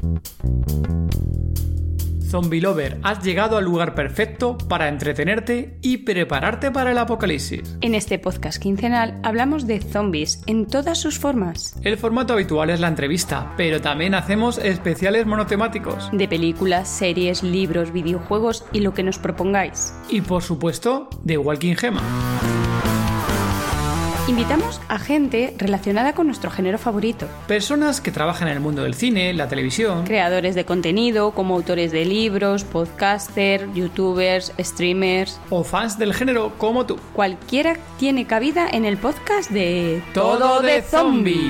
Zombie Lover, has llegado al lugar perfecto para entretenerte y prepararte para el apocalipsis. En este podcast quincenal hablamos de zombies en todas sus formas. El formato habitual es la entrevista, pero también hacemos especiales monotemáticos. De películas, series, libros, videojuegos y lo que nos propongáis. Y por supuesto, de Walking Gema. Invitamos a gente relacionada con nuestro género favorito. Personas que trabajan en el mundo del cine, la televisión. Creadores de contenido, como autores de libros, podcasters, youtubers, streamers. O fans del género como tú. Cualquiera tiene cabida en el podcast de Todo de Zombie.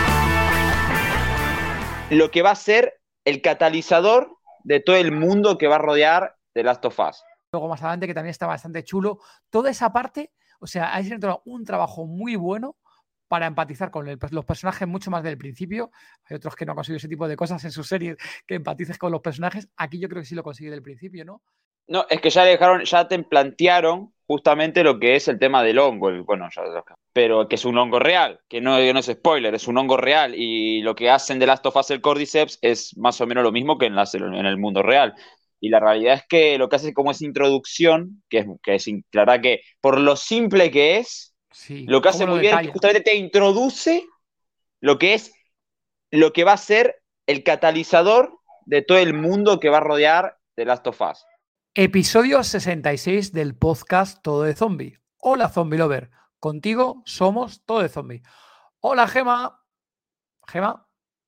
Lo que va a ser el catalizador de todo el mundo que va a rodear The Last of Us. Luego más adelante, que también está bastante chulo, toda esa parte. O sea, hay un trabajo muy bueno para empatizar con los personajes mucho más del principio. Hay otros que no han conseguido ese tipo de cosas en sus series, que empatices con los personajes. Aquí yo creo que sí lo consigue del principio, ¿no? No, es que ya te plantearon justamente lo que es el tema del hongo. Pero que es un hongo real, que no es spoiler, es un hongo real. Y lo que hacen de Last of Us el Cordyceps es más o menos lo mismo que en el mundo real. Y la realidad es que lo que hace como esa introducción, que es la verdad que por lo simple que es, sí, lo que hace muy bien es que justamente te introduce lo que va a ser el catalizador de todo el mundo que va a rodear The Last of Us. Episodio 66 del podcast Todo de Zombie. Hola Zombie Lover, contigo somos Todo de Zombie. Hola Gema. ¿Gema?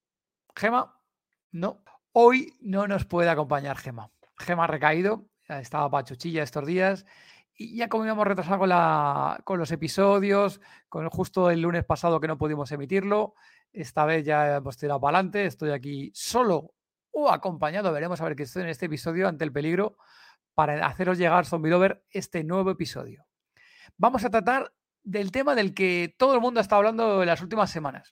No. Hoy no nos puede acompañar Gema. Gema ha recaído, estaba pachuchilla estos días y ya como íbamos retrasado con los episodios, con justo el lunes pasado que no pudimos emitirlo, esta vez ya hemos tirado para adelante, estoy aquí solo o acompañado, veremos a ver qué estoy en este episodio ante el peligro para haceros llegar, Zombie Lover, este nuevo episodio. Vamos a tratar del tema del que todo el mundo está hablando en las últimas semanas.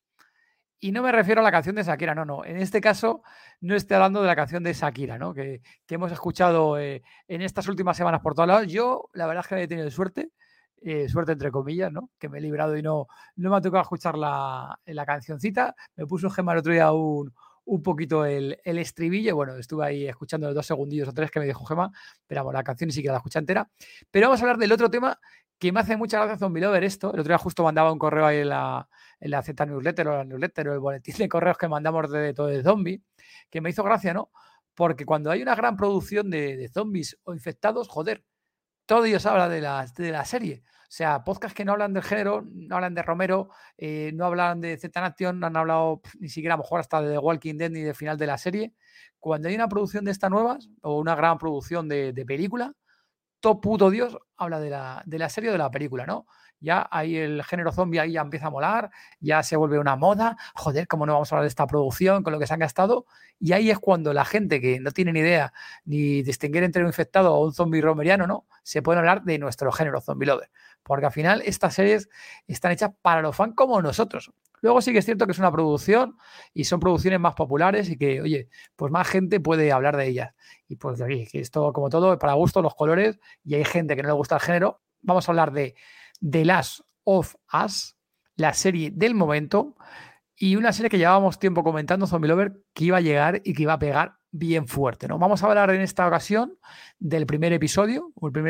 Y no me refiero a la canción de Shakira, no. En este caso no estoy hablando de la canción de Shakira, ¿no? Que hemos escuchado en estas últimas semanas por todos lados. Yo, la verdad es que he tenido suerte entre comillas, ¿no? Que me he librado y no me ha tocado escuchar la cancioncita. Me puso Gemma el otro día un poquito el estribillo. Bueno, estuve ahí escuchando los 2 segundillos o 3 que me dijo Gemma, pero bueno, la canción ni siquiera la escuché entera. Pero vamos a hablar del otro tema que me hace mucha gracia, Zombie Lover, esto. El otro día justo mandaba un correo ahí en la Z Newsletter o la newsletter o el boletín de correos que mandamos de Todo de Zombie, que me hizo gracia, ¿no? Porque cuando hay una gran producción de zombies o infectados, joder, todo ellos habla de la serie. O sea, podcasts que no hablan del género, no hablan de Romero, no hablan de Z-Nation, no han hablado ni siquiera a lo mejor hasta de The Walking Dead ni del final de la serie. Cuando hay una producción de estas nuevas o una gran producción de película, todo puto Dios habla de la serie o de la película, ¿no? Ya ahí el género zombie ahí ya empieza a molar, ya se vuelve una moda. Joder, ¿cómo no vamos a hablar de esta producción con lo que se han gastado? Y ahí es cuando la gente que no tiene ni idea ni distinguir entre un infectado o un zombie romeriano, ¿no? Se puede hablar de nuestro género Zombie Lover. Porque al final estas series están hechas para los fans como nosotros. Luego sí que es cierto que es una producción y son producciones más populares y que, oye, pues más gente puede hablar de ellas. Y pues oye, que esto, como todo, para gusto, los colores, y hay gente que no le gusta el género. Vamos a hablar de The Last of Us, la serie del momento, y una serie que llevábamos tiempo comentando, Zombie Lover, que iba a llegar y que iba a pegar bien fuerte, ¿no? Vamos a hablar en esta ocasión del primer episodio,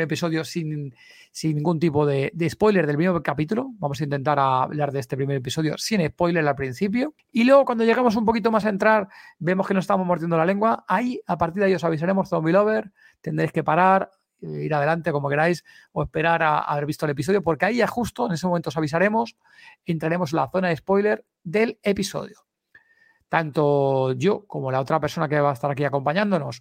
sin ningún tipo de spoiler del primer capítulo. Vamos a intentar hablar de este primer episodio sin spoiler al principio. Y luego, cuando llegamos un poquito más a entrar, vemos que nos estamos mordiendo la lengua. Ahí, a partir de ahí, os avisaremos, Zombie Lover. Tendréis que parar, ir adelante como queráis, o esperar a haber visto el episodio, porque ahí ya justo en ese momento os avisaremos, entraremos en la zona de spoiler del episodio. Tanto yo como la otra persona que va a estar aquí acompañándonos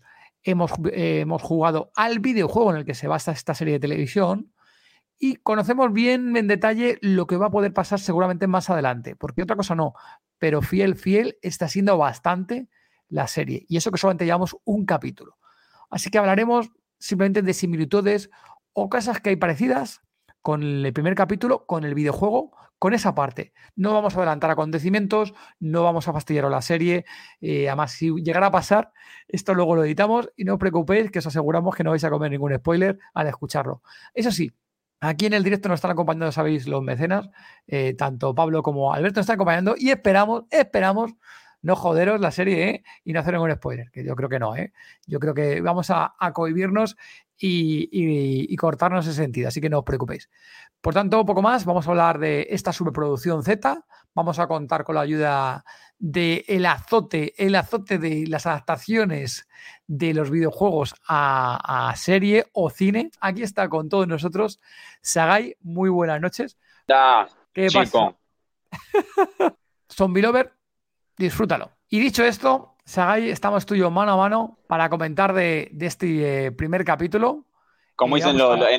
hemos jugado al videojuego en el que se basa esta serie de televisión y conocemos bien en detalle lo que va a poder pasar seguramente más adelante, porque otra cosa no, pero fiel está siendo bastante la serie, y eso que solamente llevamos un capítulo. Así que hablaremos simplemente de similitudes o cosas que hay parecidas con el primer capítulo, con el videojuego, con esa parte. No vamos a adelantar acontecimientos, no vamos a fastidiaros la serie. Además, si llegara a pasar, esto luego lo editamos y no os preocupéis, que os aseguramos que no vais a comer ningún spoiler al escucharlo. Eso sí, aquí en el directo nos están acompañando, sabéis, los mecenas, tanto Pablo como Alberto nos están acompañando y esperamos no joderos la serie, y no hacer ningún spoiler, que yo creo que no, yo creo que vamos a cohibirnos y cortarnos ese sentido, así que no os preocupéis. Por tanto, poco más, vamos a hablar de esta superproducción Z, vamos a contar con la ayuda del azote de las adaptaciones de los videojuegos a serie o cine. Aquí está con todos nosotros Sagai, muy buenas noches. ¿Qué pasa? Zombie Lover, disfrútalo. Y dicho esto, Sagai, estamos tú y yo mano a mano para comentar de este primer capítulo. Como dicen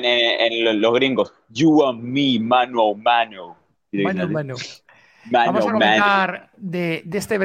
en los gringos, you and me, mano a mano. Mano a mano. Vamos a comentar de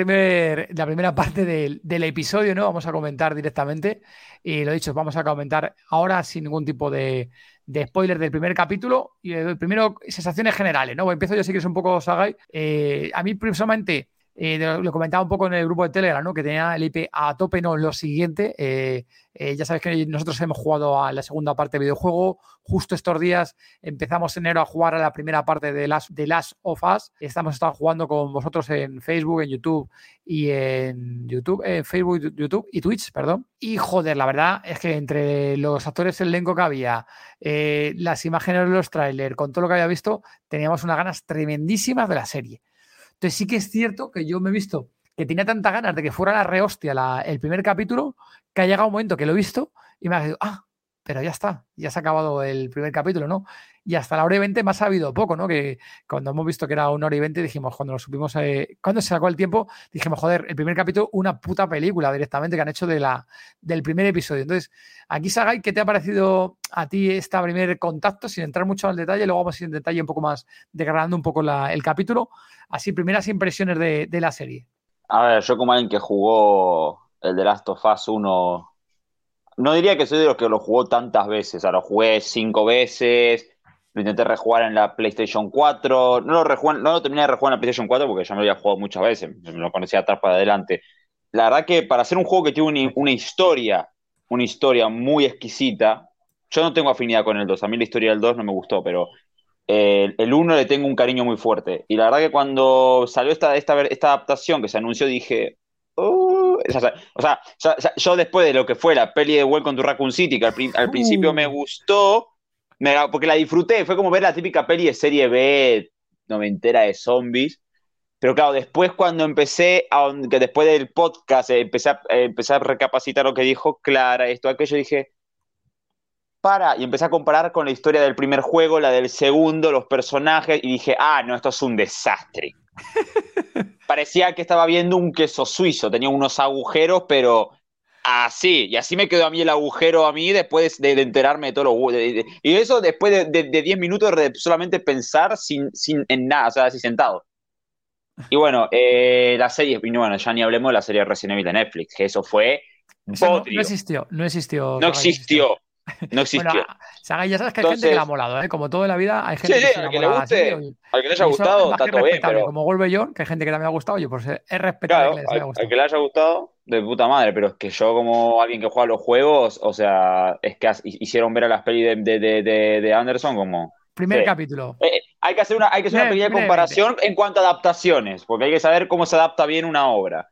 la primera parte del episodio, ¿no? Vamos a comentar directamente. Y lo dicho, vamos a comentar ahora sin ningún tipo de spoiler del primer capítulo. Y primero, sensaciones generales, ¿no? Empiezo yo, si quieres, un poco, Sagai. A mí, personalmente, lo comentaba un poco en el grupo de Telegram, ¿no? Que tenía el IP a tope, ¿no? Lo siguiente, ya sabes que nosotros hemos jugado a la segunda parte del videojuego. Justo estos días empezamos en enero a jugar a la primera parte de Last of Us. Estamos jugando con vosotros en Facebook, en YouTube y en Facebook, YouTube y Twitch, perdón. Y joder, la verdad es que entre los actores del elenco que había, las imágenes de los trailers, con todo lo que había visto, teníamos unas ganas tremendísimas de la serie. Entonces sí que es cierto que yo me he visto que tenía tantas ganas de que fuera la rehostia el primer capítulo, que ha llegado un momento que lo he visto y me ha dicho, pero ya está, ya se ha acabado el primer capítulo, ¿no? Y hasta la hora y 20 me ha sabido poco, ¿no? Que cuando hemos visto que era 1 hora y 20, dijimos, cuando lo supimos, cuando se sacó el tiempo, dijimos, joder, el primer capítulo, una puta película directamente que han hecho del primer episodio. Entonces, aquí, Sagai, ¿qué te ha parecido a ti este primer contacto? Sin entrar mucho al detalle, luego vamos a ir en detalle un poco más, degradando un poco el capítulo. Así, primeras impresiones de la serie. A ver, yo como alguien que jugó el The Last of Us 1, no diría que soy de los que lo jugó tantas veces. O sea, lo jugué 5 veces, lo intenté rejugar en la PlayStation 4, no lo terminé de rejugar en la PlayStation 4 porque ya me lo había jugado muchas veces, me lo conocía atrás para adelante. La verdad que para hacer un juego que tiene una historia muy exquisita, yo no tengo afinidad con el 2, a mí la historia del 2 no me gustó, pero el 1 le tengo un cariño muy fuerte. Y la verdad que cuando salió esta adaptación que se anunció, dije... yo después de lo que fue la peli de Welcome to Raccoon City, que al principio me gustó, porque la disfruté, fue como ver la típica peli de serie B noventera de zombies. Pero claro, después cuando que después del podcast empecé a recapacitar lo que dijo Clara, esto, aquello, dije... y empecé a comparar con la historia del primer juego, la del segundo, los personajes, y dije, no, esto es un desastre. Parecía que estaba viendo un queso suizo, tenía unos agujeros, pero así, y así me quedó a mí el agujero a mí después de enterarme de todo lo... y eso después de 10 minutos de solamente pensar en nada, o sea, así sentado. Y bueno, la serie, y bueno, ya ni hablemos de la serie Resident Evil de Netflix, que eso fue... No existió. No existió. Bueno, Sagai, ya sabes que hay gente que le ha molado, Como todo en la vida, hay gente que al que le guste, al que le haya gustado, está todo bien, pero... Como Wolverine, que hay gente que también ha gustado, pues es respetable, claro, que les haya gustado. Al que le haya gustado, de puta madre, pero es que yo como alguien que juega los juegos, o sea, es que hicieron ver a las pelis de Anderson como... Primer capítulo. Hay que hacer una pequeña comparación en cuanto a adaptaciones, porque hay que saber cómo se adapta bien una obra.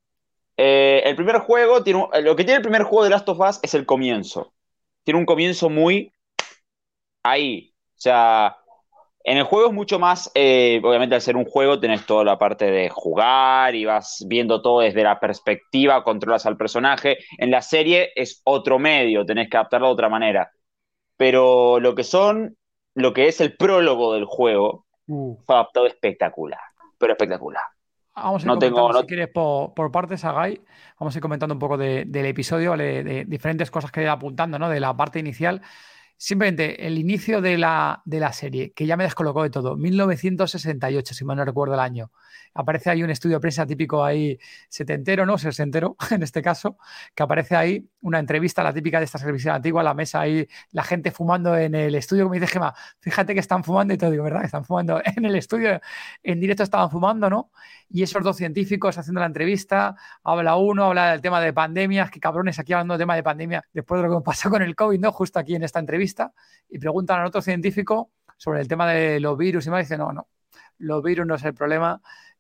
El primer juego, lo que tiene el primer juego de Last of Us es el comienzo. Tiene un comienzo muy ahí. O sea, en el juego es mucho más, obviamente al ser un juego tenés toda la parte de jugar y vas viendo todo desde la perspectiva, controlas al personaje. En la serie es otro medio, tenés que adaptarlo de otra manera. Pero lo que es el prólogo del juego fue adaptado espectacular, pero espectacular. Vamos a ir comentando, si quieres, por partes, Sagai. Vamos a ir comentando un poco del episodio, ¿vale? De diferentes cosas que he ido apuntando, ¿no? De la parte inicial. Simplemente el inicio de la serie, que ya me descolocó de todo. 1968, si mal no recuerdo el año. Aparece ahí un estudio de prensa típico ahí setentero, ¿no? Sesentero, en este caso, que aparece ahí una entrevista, la típica de esta televisión antigua, la mesa ahí, la gente fumando en el estudio, como dice Gemma, fíjate que están fumando y todo, digo, ¿verdad? Están fumando en el estudio, en directo estaban fumando, ¿no? Y esos dos científicos haciendo la entrevista, habla del tema de pandemias, que cabrones aquí hablando del tema de pandemia, después de lo que pasó con el COVID, ¿no? Justo aquí en esta entrevista, y preguntan a otro científico sobre el tema de los virus y más, y dice, no, los virus no es el problema,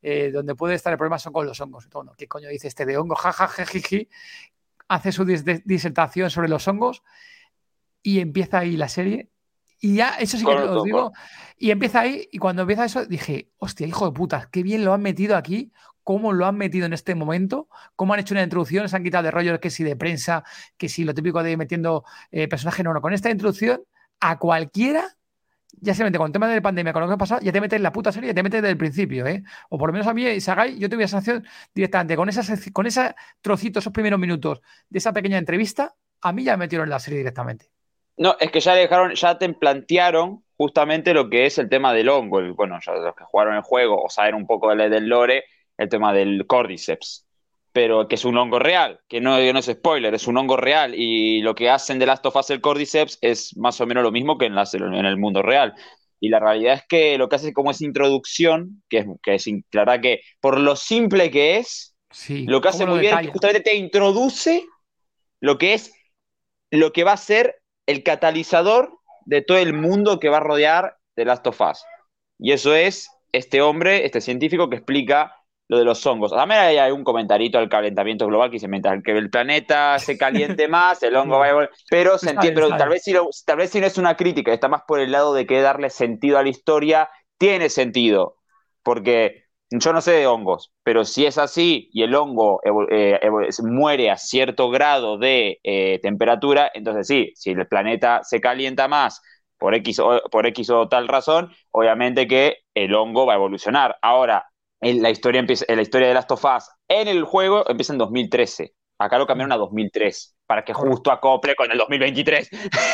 donde puede estar el problema son con los hongos. Entonces, bueno, ¿qué coño dice este de hongo? Jajajajiji. Hace su disertación sobre los hongos y empieza ahí la serie. Y ya, eso sí que os digo, y empieza ahí, y cuando empieza eso, dije, hostia, hijo de putas, qué bien lo han metido aquí, cómo lo han metido en este momento, cómo han hecho una introducción, se han quitado de rollo que si de prensa, que si lo típico de metiendo personaje, no, con esta introducción, a cualquiera, ya se mete con el tema de la pandemia, con lo que ha pasado, ya te metes en la puta serie, ya te metes desde el principio, ¿eh? O por lo menos a mí, Sagai, yo tuve esa sensación directamente, con ese trocito, esos primeros minutos de esa pequeña entrevista, a mí ya me metieron en la serie directamente. No, es que ya te plantearon justamente lo que es el tema del hongo. Bueno, ya los que jugaron el juego o saben un poco del lore, el tema del Cordyceps. Pero que es un hongo real, que no es spoiler, es un hongo real. Y lo que hacen de Last of Us el Cordyceps es más o menos lo mismo que en el mundo real. Y la realidad es que lo que hace como esa introducción, la verdad que por lo simple que es, sí, lo que hace muy bien es que justamente te introduce lo que es lo que va a ser el catalizador de todo el mundo que va a rodear The Last of Us. Y eso es este hombre, este científico que explica lo de los hongos. También hay un comentarito al calentamiento global que dice, mientras que el planeta se caliente más, el hongo va a evolucionar. Pero, tal vez si no es una crítica, está más por el lado de que darle sentido a la historia, tiene sentido. Porque yo no sé de hongos, pero si es así y el hongo muere a cierto grado de temperatura, entonces sí, si el planeta se calienta más por X o tal razón, obviamente que el hongo va a evolucionar. Ahora, la historia de Last of Us en el juego empieza en 2013. Acá lo cambiaron a 2003 para que justo acople con el 2023.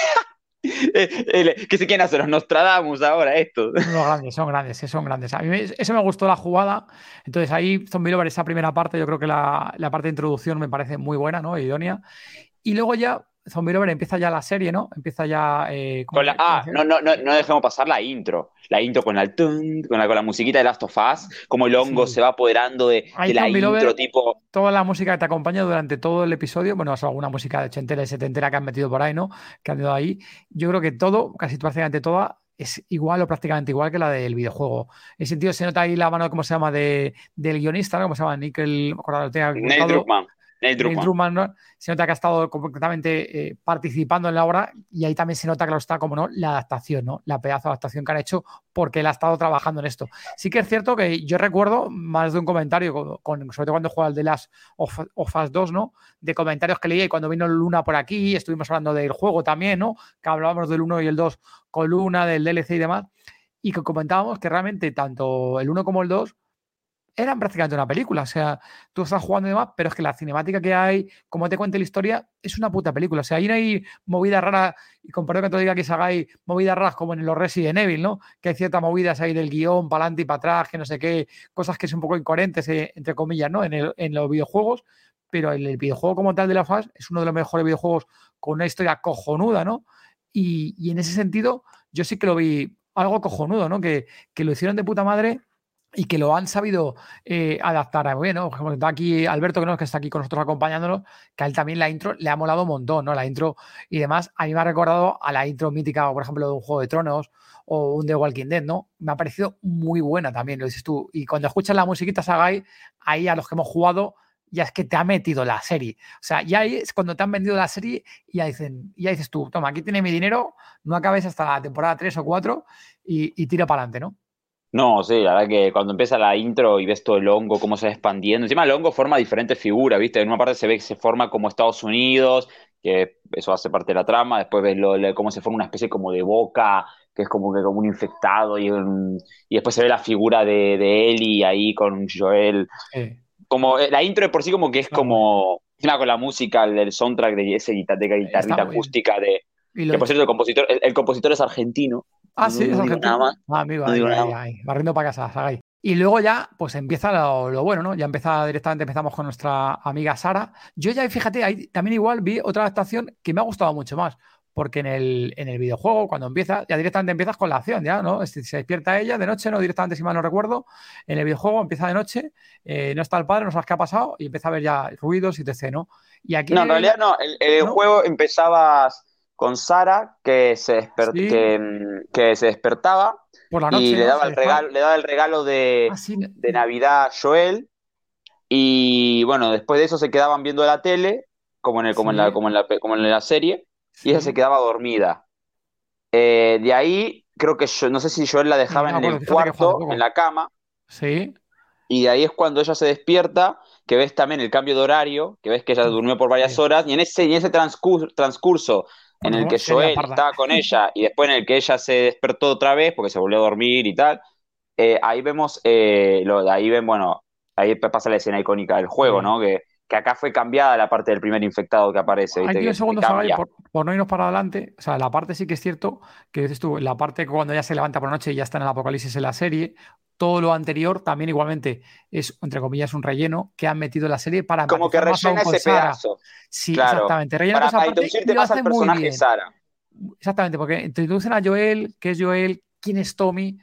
¿Qué se quieren hacer? Los Nostradamus ahora, esto. Son grandes. A mí eso me gustó la jugada. Entonces ahí Zombie Lover, esa primera parte, yo creo que la parte de introducción me parece muy buena, ¿no? Idónea. Y luego ya Zombie Lover empieza ya la serie, ¿no? Empieza ya... no dejemos pasar la intro. La intro con la musiquita de Last of Us, como el hongo se va apoderando de la intro, Lover, tipo... Toda la música que te acompaña durante todo el episodio, bueno, es alguna música de ochentera y setentera que han metido por ahí, ¿no? Que han ido ahí. Yo creo que todo, casi prácticamente toda, es igual o prácticamente igual que la del videojuego. En ese sentido se nota ahí la mano, ¿cómo se llama? Del guionista, ¿no? ¿Cómo se llama? Neil Druckmann, ¿no? Se nota que ha estado completamente participando en la obra y ahí también se nota que está, como no, la adaptación, ¿no? La pedazo de adaptación que han hecho porque él ha estado trabajando en esto. Sí que es cierto que yo recuerdo más de un comentario, sobre todo cuando jugaba el de Last of Us 2, ¿no? De comentarios que leía y cuando vino Luna por aquí, estuvimos hablando del juego también, ¿no? Que hablábamos del 1 y el 2 con Luna, del DLC y demás, y que comentábamos que realmente tanto el 1 como el 2 eran prácticamente una película. O sea, tú estás jugando y demás, pero es que la cinemática que hay, como te cuente la historia, es una puta película. O sea, ahí no hay movidas raras, y con perdón que te diga que se hagáis movidas raras como en los Resident Evil, ¿no? Que hay ciertas movidas ahí del guión, para adelante y para atrás, que no sé qué, cosas que son un poco incoherentes, entre comillas, ¿no? En los videojuegos, pero el videojuego como tal de la FAS es uno de los mejores videojuegos con una historia cojonuda, ¿no? Y en ese sentido, yo sí que lo vi algo cojonudo, ¿no? Que lo hicieron de puta madre y que lo han sabido adaptar muy bien, ¿no? Por ejemplo, está aquí Alberto, que está aquí con nosotros acompañándonos, que a él también la intro le ha molado un montón, ¿no? La intro y demás, a mí me ha recordado a la intro mítica, por ejemplo, de un Juego de Tronos o un The Walking Dead, ¿no? Me ha parecido muy buena también, lo dices tú. Y cuando escuchas la musiquita Sagai, ahí a los que hemos jugado, ya es que te ha metido la serie. O sea, ya ahí es cuando te han vendido la serie y ya dices tú, toma, aquí tiene mi dinero, no acabes hasta la temporada 3 o 4 y tira para adelante, ¿no? No, sí, la verdad que cuando empieza la intro y ves todo el hongo, cómo se va expandiendo. Encima el hongo forma diferentes figuras, ¿viste? En una parte se ve que se forma como Estados Unidos, que eso hace parte de la trama. Después ves cómo se forma una especie como de boca, que es como un infectado. Y después se ve la figura de Ellie ahí con Joel. Sí. Como la intro de por sí como que es como... Encima con la música, el soundtrack de esa guitarrita acústica que por cierto el compositor es argentino. Ah, sí, es argentino. Nada más. Ah, amigo, ahí. Barriendo para casa, Sagai. Y luego ya, pues empieza lo bueno, ¿no? Ya empezamos con nuestra amiga Sara. Yo ya, fíjate, ahí también igual vi otra adaptación que me ha gustado mucho más. Porque en el videojuego, cuando empieza, ya directamente empiezas con la acción, ya, ¿no? Se despierta ella de noche, ¿no? Directamente, si mal no recuerdo. En el videojuego empieza de noche, no está el padre, no sabes qué ha pasado, y empieza a ver ya ruidos y etc., ¿no? Y aquí no, en realidad no. El juego empezabas con Sara Sí, que se despertaba por la y noche, ¿no? Se dejaba. le daba el regalo Ah, sí, de Navidad a Joel. Y bueno, después de eso se quedaban viendo la tele, sí, como en la serie, y ella se sí. quedaba dormida. De ahí, creo que yo, no sé si Joel la Sí, dejaba no me en acuerdo, el fíjate que fue hace cuarto, en poco. la cama, Sí. y de ahí es cuando ella se despierta, que ves también el cambio de horario, que ves que ella Uf, durmió por varias sí. horas, y en ese transcurso en Bueno, el como que sería Joel parda. estaba con ella, y después en el que ella se despertó otra vez, porque se volvió a dormir y tal, ahí vemos, ahí ven, bueno, ahí pasa la escena icónica del juego, Sí. ¿no? Que acá fue cambiada la parte del primer infectado que aparece, Hay ¿viste? 10 Que segundos, Sagai, cambia. por no irnos para adelante. O sea, la parte sí que es cierto que dices tú, la parte cuando ya se levanta por la noche y ya está en el apocalipsis en la serie, todo lo anterior también igualmente es, entre comillas, un relleno que han metido en la serie para Como que empatizar más aún rellena con ese Sara. pedazo, Sí, claro, exactamente. Rellenan toda esa para parte y introducirte lo más al hacen muy personaje bien. Sara. Exactamente, porque introducen a Joel, qué es Joel, quién es Tommy,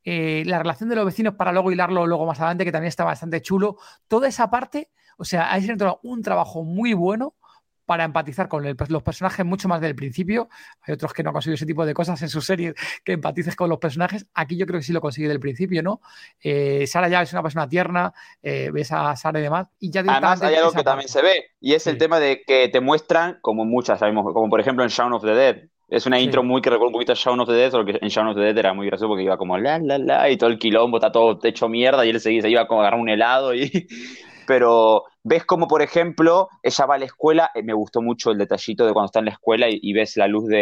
la relación de los vecinos para luego hilarlo luego más adelante, que también está bastante chulo. Toda esa parte, o sea, hay un trabajo muy bueno para empatizar con los personajes mucho más del principio. Hay otros que no han conseguido ese tipo de cosas en sus series, que empatices con los personajes. Aquí yo creo que sí lo consigue del principio, ¿no? Sara ya es una persona tierna, ves a Sara y demás, y ya Además, directamente hay algo esa que también parte. se ve, y es el Sí, tema de que te muestran, como muchas, sabemos, como por ejemplo en Shaun of the Dead. Es una intro sí. muy que recuerda un poquito a Shaun of the Dead, solo que en Shaun of the Dead era muy gracioso porque iba como la, y todo el quilombo está todo hecho mierda, y él se iba como a agarrar un helado, y... pero ves como, por ejemplo, ella va a la escuela, me gustó mucho el detallito de cuando está en la escuela y ves la luz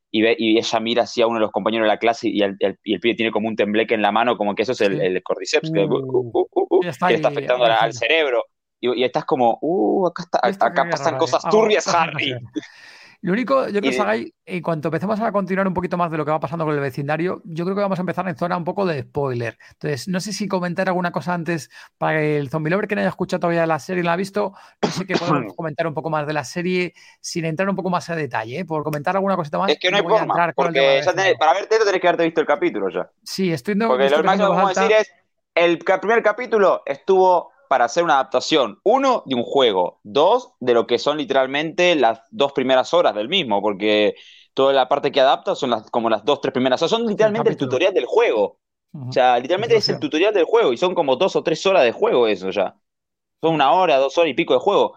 y ella mira hacia uno de los compañeros de la clase y el pibe tiene como un tembleque en la mano, como que eso es Sí. el cordyceps, Uh, ya está que le está ahí afectando al diciendo. cerebro. Y estás como, ¿Y esto qué acá querrá pasan saber? cosas Algo, turbias, cosas que Harry. ver. Lo único, yo creo, Y Sagai, en cuanto empecemos a continuar un poquito más de lo que va pasando con el vecindario, yo creo que vamos a empezar en zona un poco de spoiler. Entonces, no sé si comentar alguna cosa antes para que el zombie lover que no haya escuchado todavía la serie y la ha visto, no sé qué podemos comentar un poco más de la serie sin entrar un poco más a detalle, ¿eh? Por comentar alguna cosita es más que y no hay luego ya forma, entrar con el tema porque del vecindario. para verte esto tenés que haberte visto el capítulo ya. Sí, estoy Porque visto lo que está en máximo que voz podemos decir alta. es, primer capítulo estuvo para hacer una adaptación, uno, de un juego, dos, de lo que son literalmente las 2 primeras horas del mismo, porque toda la parte que adapta son como las 2, 3 primeras horas, son Del literalmente el capítulo. tutorial del juego. O Ujú. sea, literalmente es el Introducción. tutorial del juego y son como 2 o 3 horas de juego eso ya. Son 1 hora, 2 horas y pico de juego.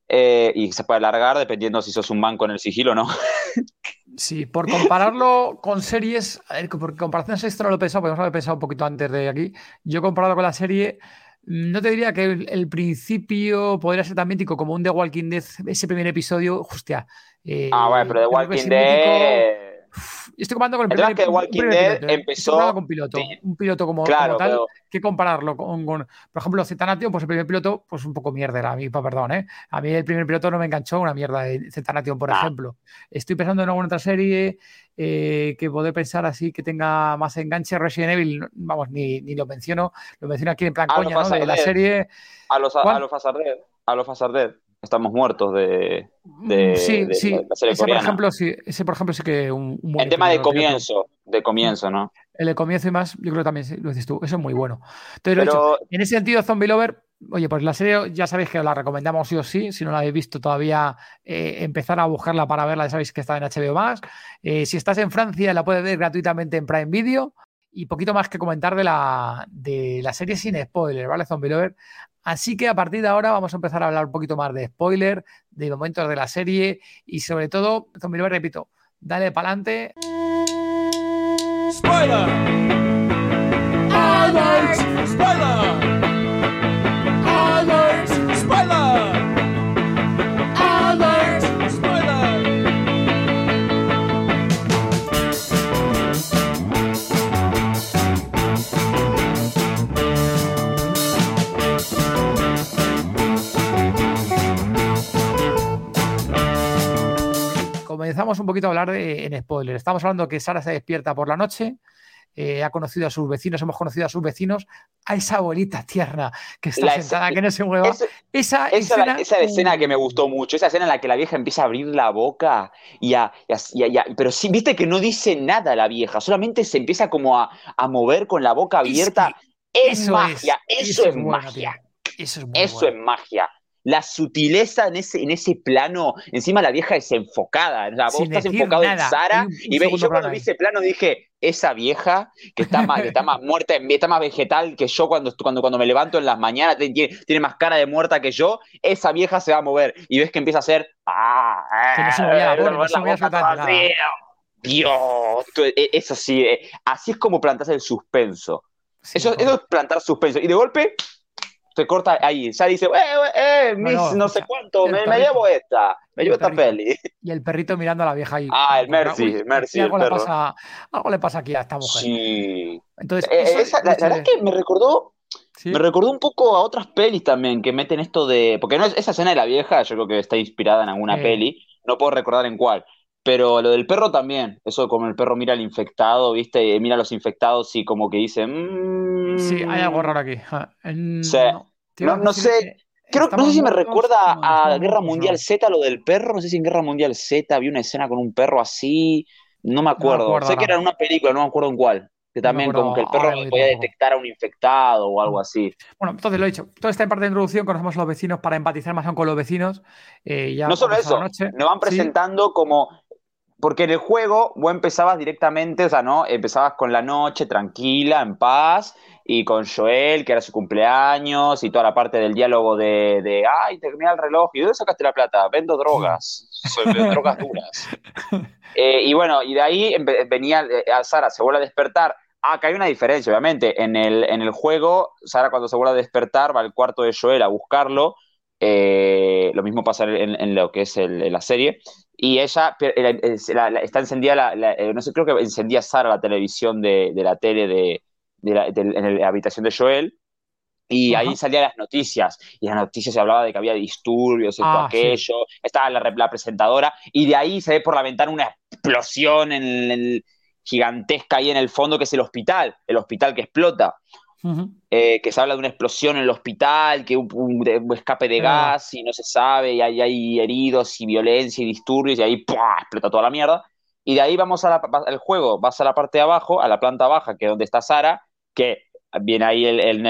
Y se puede alargar dependiendo si sos un manco en el sigilo o no. Sí, por compararlo con series, a ver, por comparación a esto no lo he pensado, podemos haber pensado un poquito antes de aquí. Yo comparado con la serie, no te diría que el principio podría ser tan mítico como un The Walking Dead, ese primer episodio, hostia, Ah, bueno, pero The yo creo que Walking es mítico. Dead. Estoy comparando con El tema es que The un Walking primer Dead piloto, ¿eh? Estoy comparando empezó. con Sí, un piloto como claro, tal, pero. que compararlo por ejemplo, Zetanation, pues el primer piloto, pues un poco mierda, a mí, perdón, ¿eh? A mí el primer piloto no me enganchó una mierda de Zetanation, por Nah. ejemplo. Estoy pensando en alguna otra serie que poder pensar así que tenga más enganche. Resident Evil, vamos, ni lo menciono aquí en plan A los coña, ¿no? De la Hazard serie. a ¿Cuál? los Hazard a los Hazard Estamos muertos Sí, de sí. la serie coreana. Ese, por ejemplo, sí que un buen En tema piloto. de comienzo, ¿no? El de comienzo y más, yo creo que también lo dices tú, eso es muy bueno. Entonces, lo he dicho, Pero en ese sentido, Zombie Lover, oye, pues la serie ya sabéis que os la recomendamos sí o sí, si no la habéis visto todavía, empezar a buscarla para verla, ya sabéis que está en HBO+. Si estás en Francia, la puedes ver gratuitamente en Prime Video y poquito más que comentar de la serie sin spoiler, ¿vale, Zombie Lover? Así que a partir de ahora vamos a empezar a hablar un poquito más de spoiler, de momentos de la serie y sobre todo, Zombie Lover, repito, dale para adelante. Spoiler! Alert! Spoiler! Alert! Spoiler! Alert! Spoiler! Comenzamos un poquito a hablar en spoiler. Estamos hablando que Sara se despierta por la noche, ha conocido a sus vecinos, hemos conocido a sus vecinos, a esa abuelita tierna que está la ese- sentada, que no se mueva. es- Esa escena. esa escena que me gustó mucho, esa escena en la que la vieja empieza a abrir la boca pero sí, viste que no dice nada la vieja, solamente se empieza como a mover con la boca Es abierta. que Es magia, eso eso es es bueno, tío. magia, Eso es muy eso es bueno. magia. la sutileza en ese plano, encima la vieja desenfocada, o sea, vos Sin estás decir enfocado en nada. Sara, Hay un y segundo yo cuando plano vi ahí. ese plano dije, esa vieja que está más muerta, está más vegetal que yo cuando me levanto en las mañanas, tiene más cara de muerta que yo, esa vieja se va a mover, y ves que empieza a hacer, Que no se movía la pobre, no mover se la movía boca toda absolutamente nada. así. Dios, eso sí, así es como plantas el suspenso. Sí, Eso es correcto. plantar suspenso. Y de golpe se corta ahí. Ya dice, No, Miss no sé escucha. cuánto, Y el me llevo perrito. esta. Me Y llevo el esta perrito. peli. Y el perrito mirando a la vieja ahí. Ah, el Como que, Mercy, uy, el Mercy, el perro. algo le pasa aquí a esta mujer. Sí. Entonces, eso La verdad es que me sí, recordó un poco a otras pelis también que meten esto de. Porque no es, esa escena de la vieja, yo creo que está inspirada en alguna eh, peli. No puedo recordar en cuál. Pero lo del perro también. Eso como el perro mira al infectado, ¿viste? Y mira a los infectados y como que dice. sí, hay algo raro aquí. Sí. No, te iba a No decir, sé. No ¿estamos sé si me muertos? recuerda No, a estamos Guerra muertos, Mundial no. Z, lo del perro. No sé si en Guerra Mundial Z vi una escena con un perro así. No me No me acuerdo. acuerdo Sé que ahora. era en una película, no me acuerdo en cuál. Que No me también como que acuerdo el perro ahora mismo podía tampoco. detectar a un infectado o algo Mm. así. Bueno, entonces lo he dicho. Toda esta parte de introducción conocemos a los vecinos para empatizar más aún con los vecinos. Ya No solo vamos a la eso, noche. nos van Sí. presentando como. Porque en el juego vos empezabas directamente, o sea, ¿no? Empezabas con la noche tranquila, en paz, y con Joel, que era su cumpleaños, y toda la parte del diálogo ay, terminé el reloj, ¿y de dónde sacaste la plata? Vendo drogas, drogas duras. Y bueno, y de ahí venía a Sara, se vuelve a despertar. Ah, que hay una diferencia, obviamente. En el juego, Sara cuando se vuelve a despertar va al cuarto de Joel a buscarlo. Lo mismo pasa en lo que es la serie. Y ella está encendida, no sé, creo que encendía Sara la televisión de la tele en la habitación de Joel. Y ahí Ajá. salían las noticias, y en las noticias se hablaba de que había disturbios, esto, Ah, sí. aquello, estaba la presentadora, y de ahí se ve por la ventana una explosión gigantesca ahí en el fondo, que es el hospital que explota, Ujú. que se habla de una explosión en el hospital, que hubo un escape de Es verdad. gas, y no se sabe, y hay heridos, y violencia, y disturbios, y ahí ¡pua! Explota toda la mierda. Y de ahí vamos al juego, vas a la parte de abajo, a la planta baja, que es donde está Sara, que viene ahí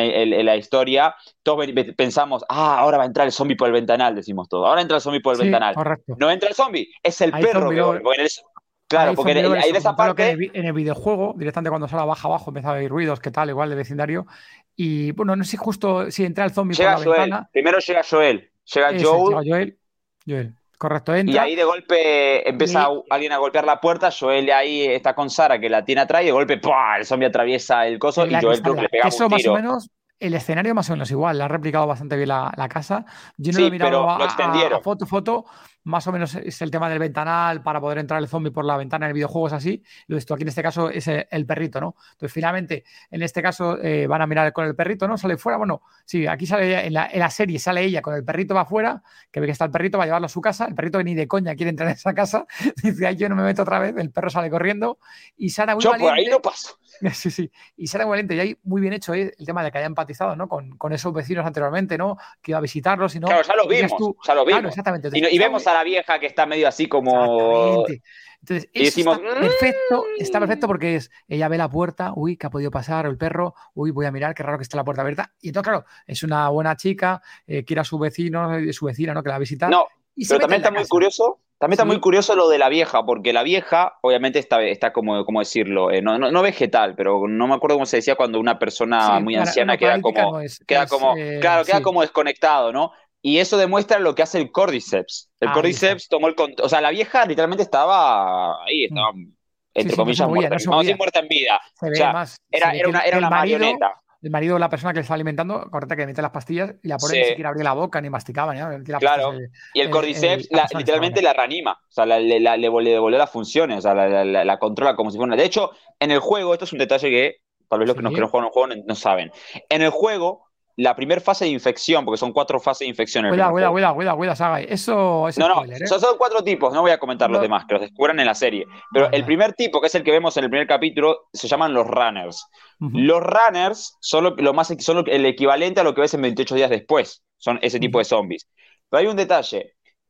la historia, todos pensamos, ahora va a entrar el zombie por el ventanal, decimos todo, ahora entra el zombie por el Sí, ventanal. correcto. No entra el zombie, es el Hay perro zombie que golpea. lover. Claro, Hay porque zombie lover, ahí en eso, esa como todo lo que parte, en el videojuego, directamente cuando Sara baja abajo, empieza a oír ruidos, qué tal, igual de vecindario. Y bueno, no sé si justo si entra el zombie por llega la Joel, ventana. primero llega Joel, llega Ese, llega Joel. Joel. Joel, correcto, Y entra. ahí de golpe empieza Y alguien a golpear la puerta, Joel ahí está con Sara que la tiene atrás y de golpe ¡pua! El zombie atraviesa el coso y la Joel creo que le cristalera. Que pegaba un eso más o tiro. menos, el escenario más o menos igual, le ha replicado bastante bien la casa. Yo no lo he Sí, mirado pero lo a extendieron. foto, más o menos es el tema del ventanal para poder entrar el zombie por la ventana en el videojuego, es así. Lo esto aquí en este caso es el perrito, ¿no? Entonces, finalmente, en este caso van a mirar con el perrito, ¿no? Sale fuera, bueno, sí, aquí sale ella, en la serie sale ella con el perrito va afuera, que ve que está el perrito, va a llevarlo a su casa, el perrito ni de coña quiere entrar en esa casa, dice, ay, yo no me meto otra vez, el perro sale corriendo y Sara muy Yo por ahí no valiente. paso. Sí, sí. Y Sara Valente, y ahí muy bien hecho el tema de que haya empatizado, ¿no? Con esos vecinos anteriormente, ¿no? Que iba a visitarlos y no. Claro, ya lo Decías vimos, tú, ya lo claro, vimos. exactamente. Y, Entonces, y vemos a la vieja que está medio así como. exactamente. Entonces, Y eso decimos. está perfecto porque ella ve la puerta, uy, ¿qué ha podido pasar? O el perro, uy, voy a mirar, qué raro que esté la puerta abierta. Y entonces, claro, es una buena chica, quiere a su vecino, su vecina, ¿no? Que la va a visitar No, y se pero mete también en está la muy casa. curioso. También está muy Sí, curioso lo de la vieja, porque la vieja, obviamente, está como, ¿cómo decirlo? No vegetal, pero no me acuerdo cómo se decía cuando una persona sí, muy anciana no, paralítica no es, claro, queda sí, como desconectado, ¿no? Y eso demuestra lo que hace el Cordyceps. El ahí está. Cordyceps tomó o sea, la vieja literalmente estaba ahí, Mm. estaba, Sí, entre sí, no se comillas, movía, muerta, no se vamos a decir movía. muerta en vida. Se O ve sea, más, se era, ve era que una, era una marioneta. el marido de la persona que le está alimentando, correcta, que mete las pastillas y la pobre Sí, ni siquiera abría la boca ni masticaba, ¿no? Que la pastilla claro. Y el Cordyceps la persona que estaba literalmente hablando. la reanima, o sea, le devolvió las funciones, o sea, la controla como si fuera una. De hecho, en el juego, esto es un detalle que tal vez los que no Sí. juegan un juego no saben. En el juego, la primera fase de infección, porque son 4 fases de infección en el primer juego. Cuidado, Sagai. Eso es No, spoiler, ¿eh? son 4 tipos, no voy a comentar los No, demás, que los descubran en la serie. Pero vale, el vale. primer tipo, que es el que vemos en el primer capítulo, se llaman los runners. Ujú, Los runners son el equivalente a lo que ves en 28 días después. Son ese tipo ujú. de zombies. Pero hay un detalle.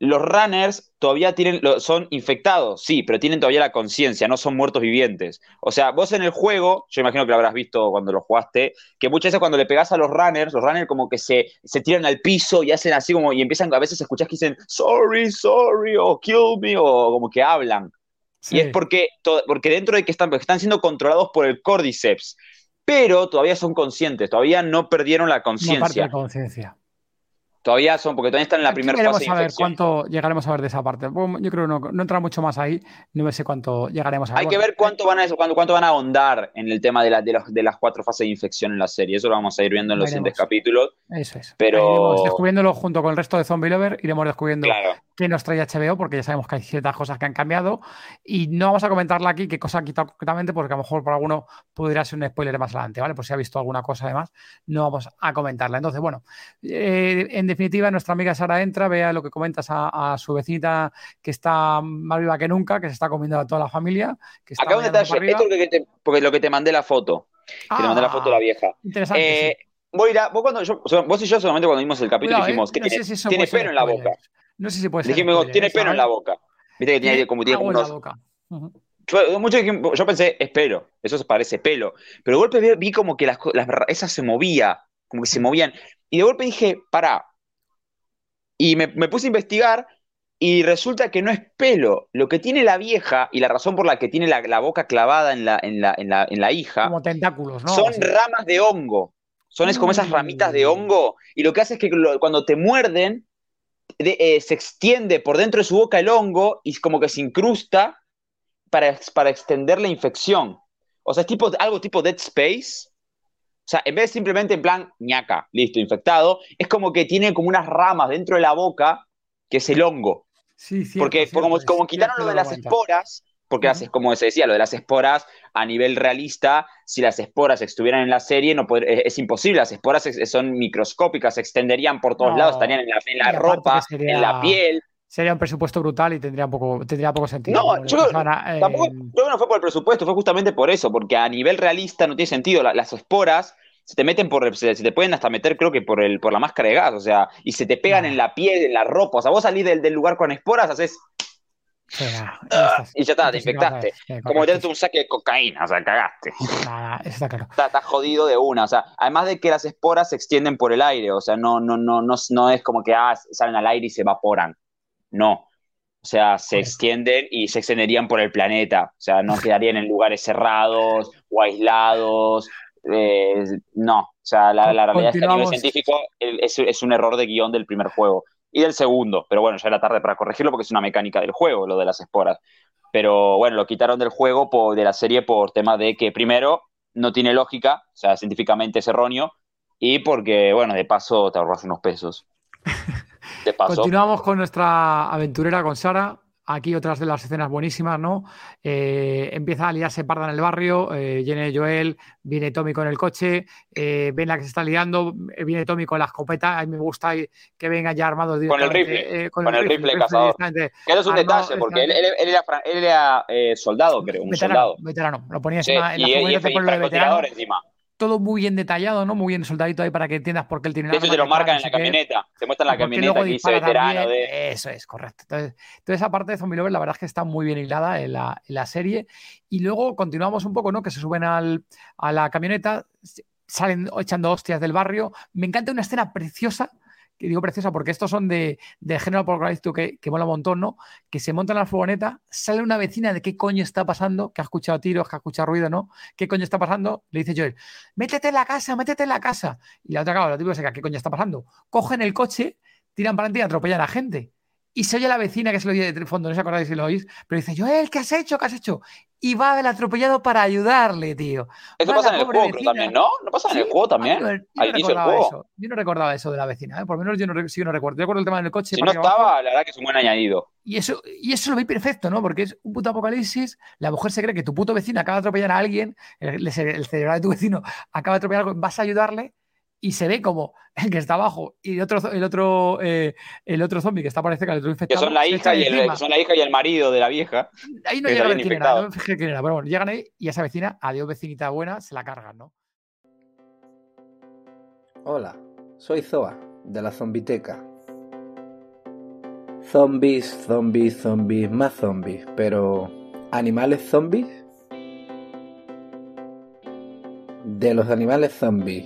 los runners todavía son infectados, sí, pero tienen todavía la conciencia, no son muertos vivientes. O sea, vos en el juego, yo imagino que lo habrás visto cuando lo jugaste, que muchas veces cuando le pegás a los runners como que se tiran al piso y hacen así como, y empiezan, a veces escuchás que dicen, sorry, o kill me, o como que hablan. Y es Sí, porque dentro de que están siendo controlados por el Cordyceps, pero todavía son conscientes, todavía no perdieron la una parte de conciencia. conciencia. Todavía son, porque todavía están en la Aquí primera fase veremos de a ver infección. cuánto llegaremos a ver de esa parte. Bueno, yo creo que no entra mucho más ahí, no sé cuánto llegaremos a ver. Hay que Bueno, ver cuánto van a ahondar en el tema de las 4 fases de infección en la serie. Eso lo vamos a ir viendo en ya los siguientes iremos. capítulos. Eso es. Ahí iremos Pero, descubriéndolo junto con el resto de Zombie Lover, iremos descubriendo claro, qué nos trae HBO, porque ya sabemos que hay ciertas cosas que han cambiado y no vamos a comentarla aquí, qué cosa han quitado concretamente, porque a lo mejor para alguno podría ser un spoiler más adelante, ¿vale? Por si ha visto alguna cosa además, no vamos a comentarla. Entonces, bueno, en definitiva, nuestra amiga Sara entra, vea lo que comentas a su vecina que está más viva que nunca, que se está comiendo a toda la familia, que está acá un bailando para detalle. Esto arriba. es porque lo que te mandé la foto. Que te mandé la foto de la Ah, vieja. interesante, sí. Eh, vos y yo solamente cuando vimos el capítulo Cuidado, dijimos que no sé si eso puede tiene ser pelo en la spoiler. boca. No sé si puede ser Dijimos, spoiler, tiene pelo en ¿sabes? la boca. Viste que Tiene tiene como agua en la unos. boca. Ujú. Yo pensé, es pelo, eso se parece pelo. Pero de golpe vi como que esas se movía, como que se Sí. movían. Y de golpe dije, pará. Y me puse a investigar y resulta que no es pelo. Lo que tiene la vieja y la razón por la que tiene la boca clavada en la hija Como tentáculos, ¿no? Algo son así. ramas de hongo. Son como esas ramitas de Uh, hongo. Y lo que hace es que cuando te muerden, se extiende por dentro de su boca el hongo y como que se incrusta para extender la infección. O sea, es algo tipo Dead Space. O sea, en vez de simplemente en plan ñaca, listo, infectado, es como que tiene como unas ramas dentro de la boca, que es el hongo. sí, cierto, Porque como, cierto. Es como quitaron lo cierto de lo que las comentas. esporas, porque Ujú. como se decía, lo de las esporas a nivel realista, si las esporas estuvieran en la serie, es imposible. Las esporas son microscópicas, se extenderían por todos lados, estarían No. en la Y aparte que ropa, en la sería, piel. sería un presupuesto brutal y tendría poco sentido. No, Como le yo pasaban a, tampoco, creo que no fue por el presupuesto, fue justamente por eso, porque a nivel realista no tiene sentido. Las esporas se te meten se te pueden hasta meter, creo que por la máscara de gas, o sea, y se te pegan en nada, la piel, en la ropa. O sea, vos salís del lugar con esporas, haces sí, nada, y ya estás. y ya está, te Intoxicado otra infectaste. vez. Como meterte Correctísimo. un saque de cocaína, o sea, cagaste. Nada, eso está claro. Estás jodido de una, o sea, además de que las esporas se extienden por el aire, o sea, no es como que salen al aire y se evaporan. No. O sea, se Correcto. extienden y se extenderían por el planeta. O sea, no quedarían en lugares cerrados o aislados. No. O sea, la realidad es que a nivel Continuamos. científico es un error de guión del primer juego. Y del segundo. Pero bueno, ya era tarde para corregirlo porque es una mecánica del juego, lo de las esporas. Pero bueno, lo quitaron del juego, de la serie, por tema de que primero no tiene lógica, o sea, científicamente es erróneo, y porque, bueno, de paso te ahorras unos pesos. De paso. Continuamos con nuestra aventurera, con Sara. Aquí otras de las escenas buenísimas, ¿no? Empieza a liarse parda en el barrio, viene Joel, viene Tommy con el coche, ven la que se está liando, viene Tommy con la escopeta, a mí me gusta que vengan ya armados directamente Con el rifle de el rifle cazador. directamente Que eso es un armado detalle, porque directamente. él era soldado, creo, un Veterano, soldado. veterano. Lo ponía Sí, encima en la y furgoneta, te pone lo de francotirador veterano. encima. Todo muy bien detallado, ¿no? Muy bien soldadito ahí para que entiendas por qué él tiene un De hecho, arma, te lo qué tal, marcan no en la sé qué. camioneta. Te muestran Y la porque luego camioneta que dice dispara veterano también. de. Eso es, correcto. Entonces, toda esa parte de Zombie Lover, la verdad es que está muy bien hilada en la serie. Y luego continuamos un poco, ¿no? Que se suben a la camioneta, salen echando hostias del barrio. Me encanta una escena preciosa. Que digo preciosa porque estos son de General Apocalipsis que mola un montón, ¿no? Que se montan en la furgoneta, sale una vecina de qué coño está pasando, que ha escuchado tiros, que ha escuchado ruido, ¿no? ¿Qué coño está pasando? Le dice Joel, métete en la casa, métete en la casa. Y la otra, claro, la típica se queda, ¿qué coño está pasando? Cogen el coche, tiran para adelante y atropellan a la gente. Y se oye a la vecina que se lo oye de fondo, no os acordáis si lo oís, pero dice, Joel, ¿qué has hecho? ¿Qué has hecho? Y va el atropellado para ayudarle, tío. Eso Va pasa la en el pobre juego, creo también, vecina. ¿no? ¿No pasa en el Sí, juego a mí también? no, yo Al no inicio del recordaba juego. eso. Yo no recordaba eso de la vecina, ¿eh? Por lo menos yo no, sí que no recuerdo. Yo recuerdo el tema del coche Si para no arriba y abajo. estaba, la verdad que es un buen añadido. Y eso lo veis perfecto, ¿no? Porque es un puto apocalipsis. La mujer se cree que tu puto vecino acaba de atropellar a alguien, el cerebral de tu vecino acaba de atropellar a alguien, vas a ayudarle y se ve como el que está abajo y el otro zombie que está por ahí cerca, el otro Que son infectado, la se le echan hija que encima. son la hija y el marido de la vieja, Ahí no que llega a también ver quién era, no infectados. me fijé quién era, pero bueno, llegan ahí y a esa vecina, adiós vecinita buena, se la cargan, ¿no? Hola, soy Zoa, de la Zombiteca. Zombies, zombies, zombies, más zombies. Pero, ¿animales zombies? De los animales zombies,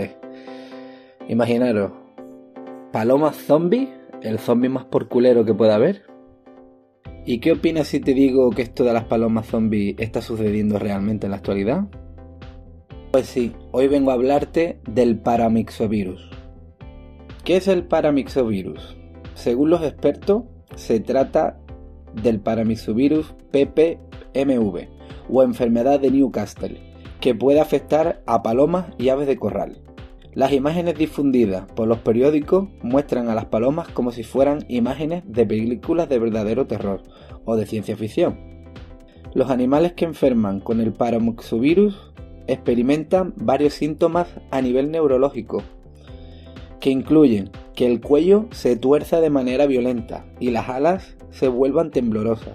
imaginaros, palomas zombies, el zombie más porculero que pueda haber. ¿Y qué opinas si te digo que esto de las palomas zombies está sucediendo realmente en la actualidad? Pues sí, hoy vengo a hablarte del paramyxovirus. ¿Qué es el paramyxovirus? Según los expertos, se trata del paramyxovirus PPMV o enfermedad de Newcastle, que puede afectar a palomas y aves de corral. Las imágenes difundidas por los periódicos muestran a las palomas como si fueran imágenes de películas de verdadero terror o de ciencia ficción. Los animales que enferman con el paramyxovirus experimentan varios síntomas a nivel neurológico, que incluyen que el cuello se tuerza de manera violenta y las alas se vuelvan temblorosas.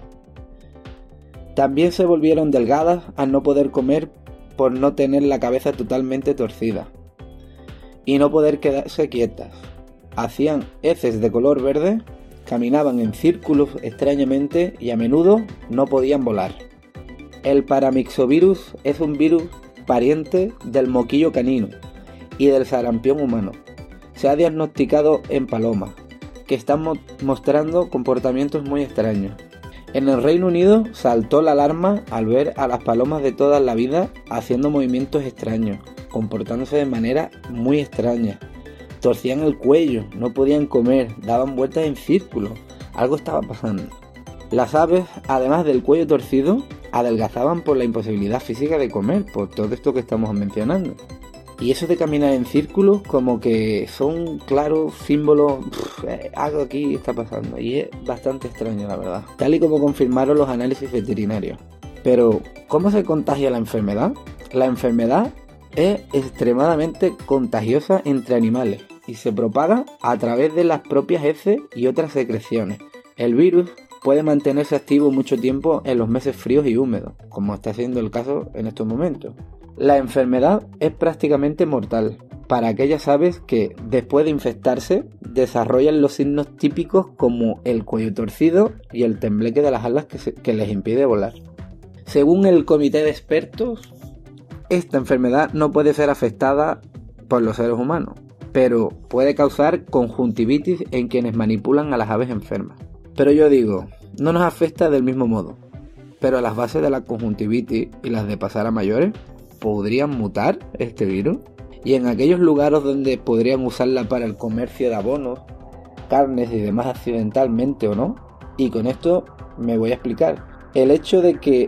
También se volvieron delgadas al no poder comer por no tener la cabeza totalmente torcida y no poder quedarse quietas. Hacían heces de color verde, caminaban en círculos extrañamente y a menudo no podían volar. El paramyxovirus es un virus pariente del moquillo canino y del sarampión humano. Se ha diagnosticado en palomas, que están mostrando comportamientos muy extraños. En el Reino Unido saltó la alarma al ver a las palomas de toda la vida haciendo movimientos extraños, comportándose de manera muy extraña. Torcían el cuello, no podían comer, daban vueltas en círculos. Algo estaba pasando. Las aves, además del cuello torcido, adelgazaban por la imposibilidad física de comer, por todo esto que estamos mencionando. Y eso de caminar en círculos como que son claros símbolos, algo aquí está pasando. Y es bastante extraño, la verdad. Tal y como confirmaron los análisis veterinarios. Pero, ¿cómo se contagia la enfermedad? La enfermedad es extremadamente contagiosa entre animales y se propaga a través de las propias heces y otras secreciones. El virus puede mantenerse activo mucho tiempo en los meses fríos y húmedos, como está siendo el caso en estos momentos. La enfermedad es prácticamente mortal para aquellas aves que, después de infectarse, desarrollan los signos típicos como el cuello torcido y el tembleque de las alas que les impide volar. Según el comité de expertos, esta enfermedad no puede ser afectada por los seres humanos, pero puede causar conjuntivitis en quienes manipulan a las aves enfermas. Pero yo digo, no nos afecta del mismo modo, pero las bases de la conjuntivitis y las de pasar a mayores podrían mutar este virus, y en aquellos lugares donde podrían usarla para el comercio de abonos, carnes y demás accidentalmente o no. Y con esto me voy a explicar. El hecho de que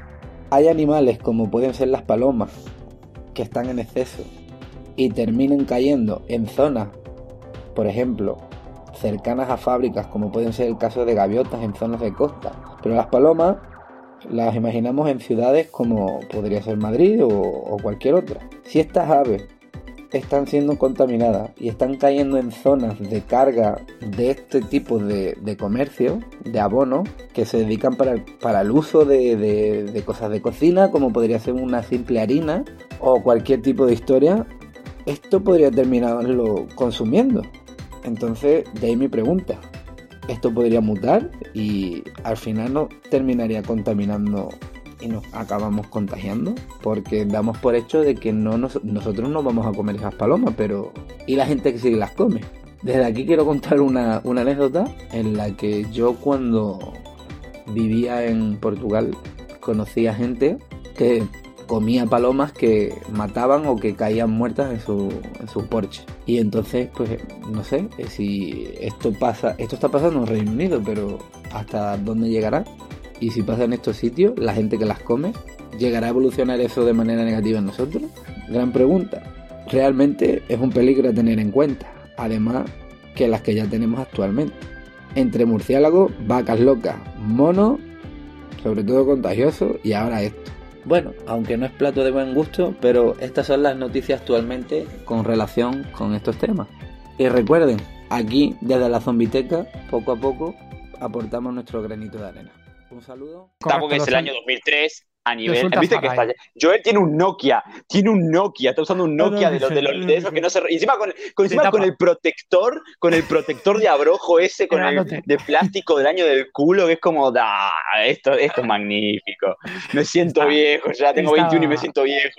hay animales como pueden ser las palomas que están en exceso y terminen cayendo en zonas, por ejemplo, cercanas a fábricas, como pueden ser el caso de gaviotas en zonas de costa. Pero las palomas las imaginamos en ciudades como podría ser Madrid o cualquier otra. Si estas aves están siendo contaminadas y están cayendo en zonas de carga de este tipo de comercio, de abonos, que se dedican para el uso de cosas de cocina, como podría ser una simple harina o cualquier tipo de historia, esto podría terminarlo consumiendo. Entonces, de ahí mi pregunta. Esto podría mutar y al final nos terminaría contaminando y nos acabamos contagiando, porque damos por hecho de que nosotros no vamos a comer esas palomas, pero ¿y la gente que sí las come? Desde aquí quiero contar una anécdota en la que yo, cuando vivía en Portugal, conocí a gente que comía palomas que mataban o que caían muertas en su porche. Y entonces, pues, no sé si esto está pasando en Reino Unido, pero ¿hasta dónde llegará? Y si pasa en estos sitios, la gente que las come, ¿llegará a evolucionar eso de manera negativa en nosotros? Gran pregunta. Realmente es un peligro a tener en cuenta, además que las que ya tenemos actualmente. Entre murciélagos, vacas locas, monos, sobre todo contagiosos, y ahora esto. Bueno, aunque no es plato de buen gusto, pero estas son las noticias actualmente con relación con estos temas. Y recuerden, aquí desde la Zombiteca, poco a poco, aportamos nuestro granito de arena. Un saludo. Estamos que es el año 2003 a nivel. sueltas ¿Viste que fatal. está? Joel tiene un Nokia, está usando un No, Nokia no, de esos que no se. Y encima encima tapa. con el protector de abrojo ese, con el Grandote. de plástico del año del culo, que es como, esto es magnífico. Me siento Está- viejo, ya tengo 21 y me está- siento viejo.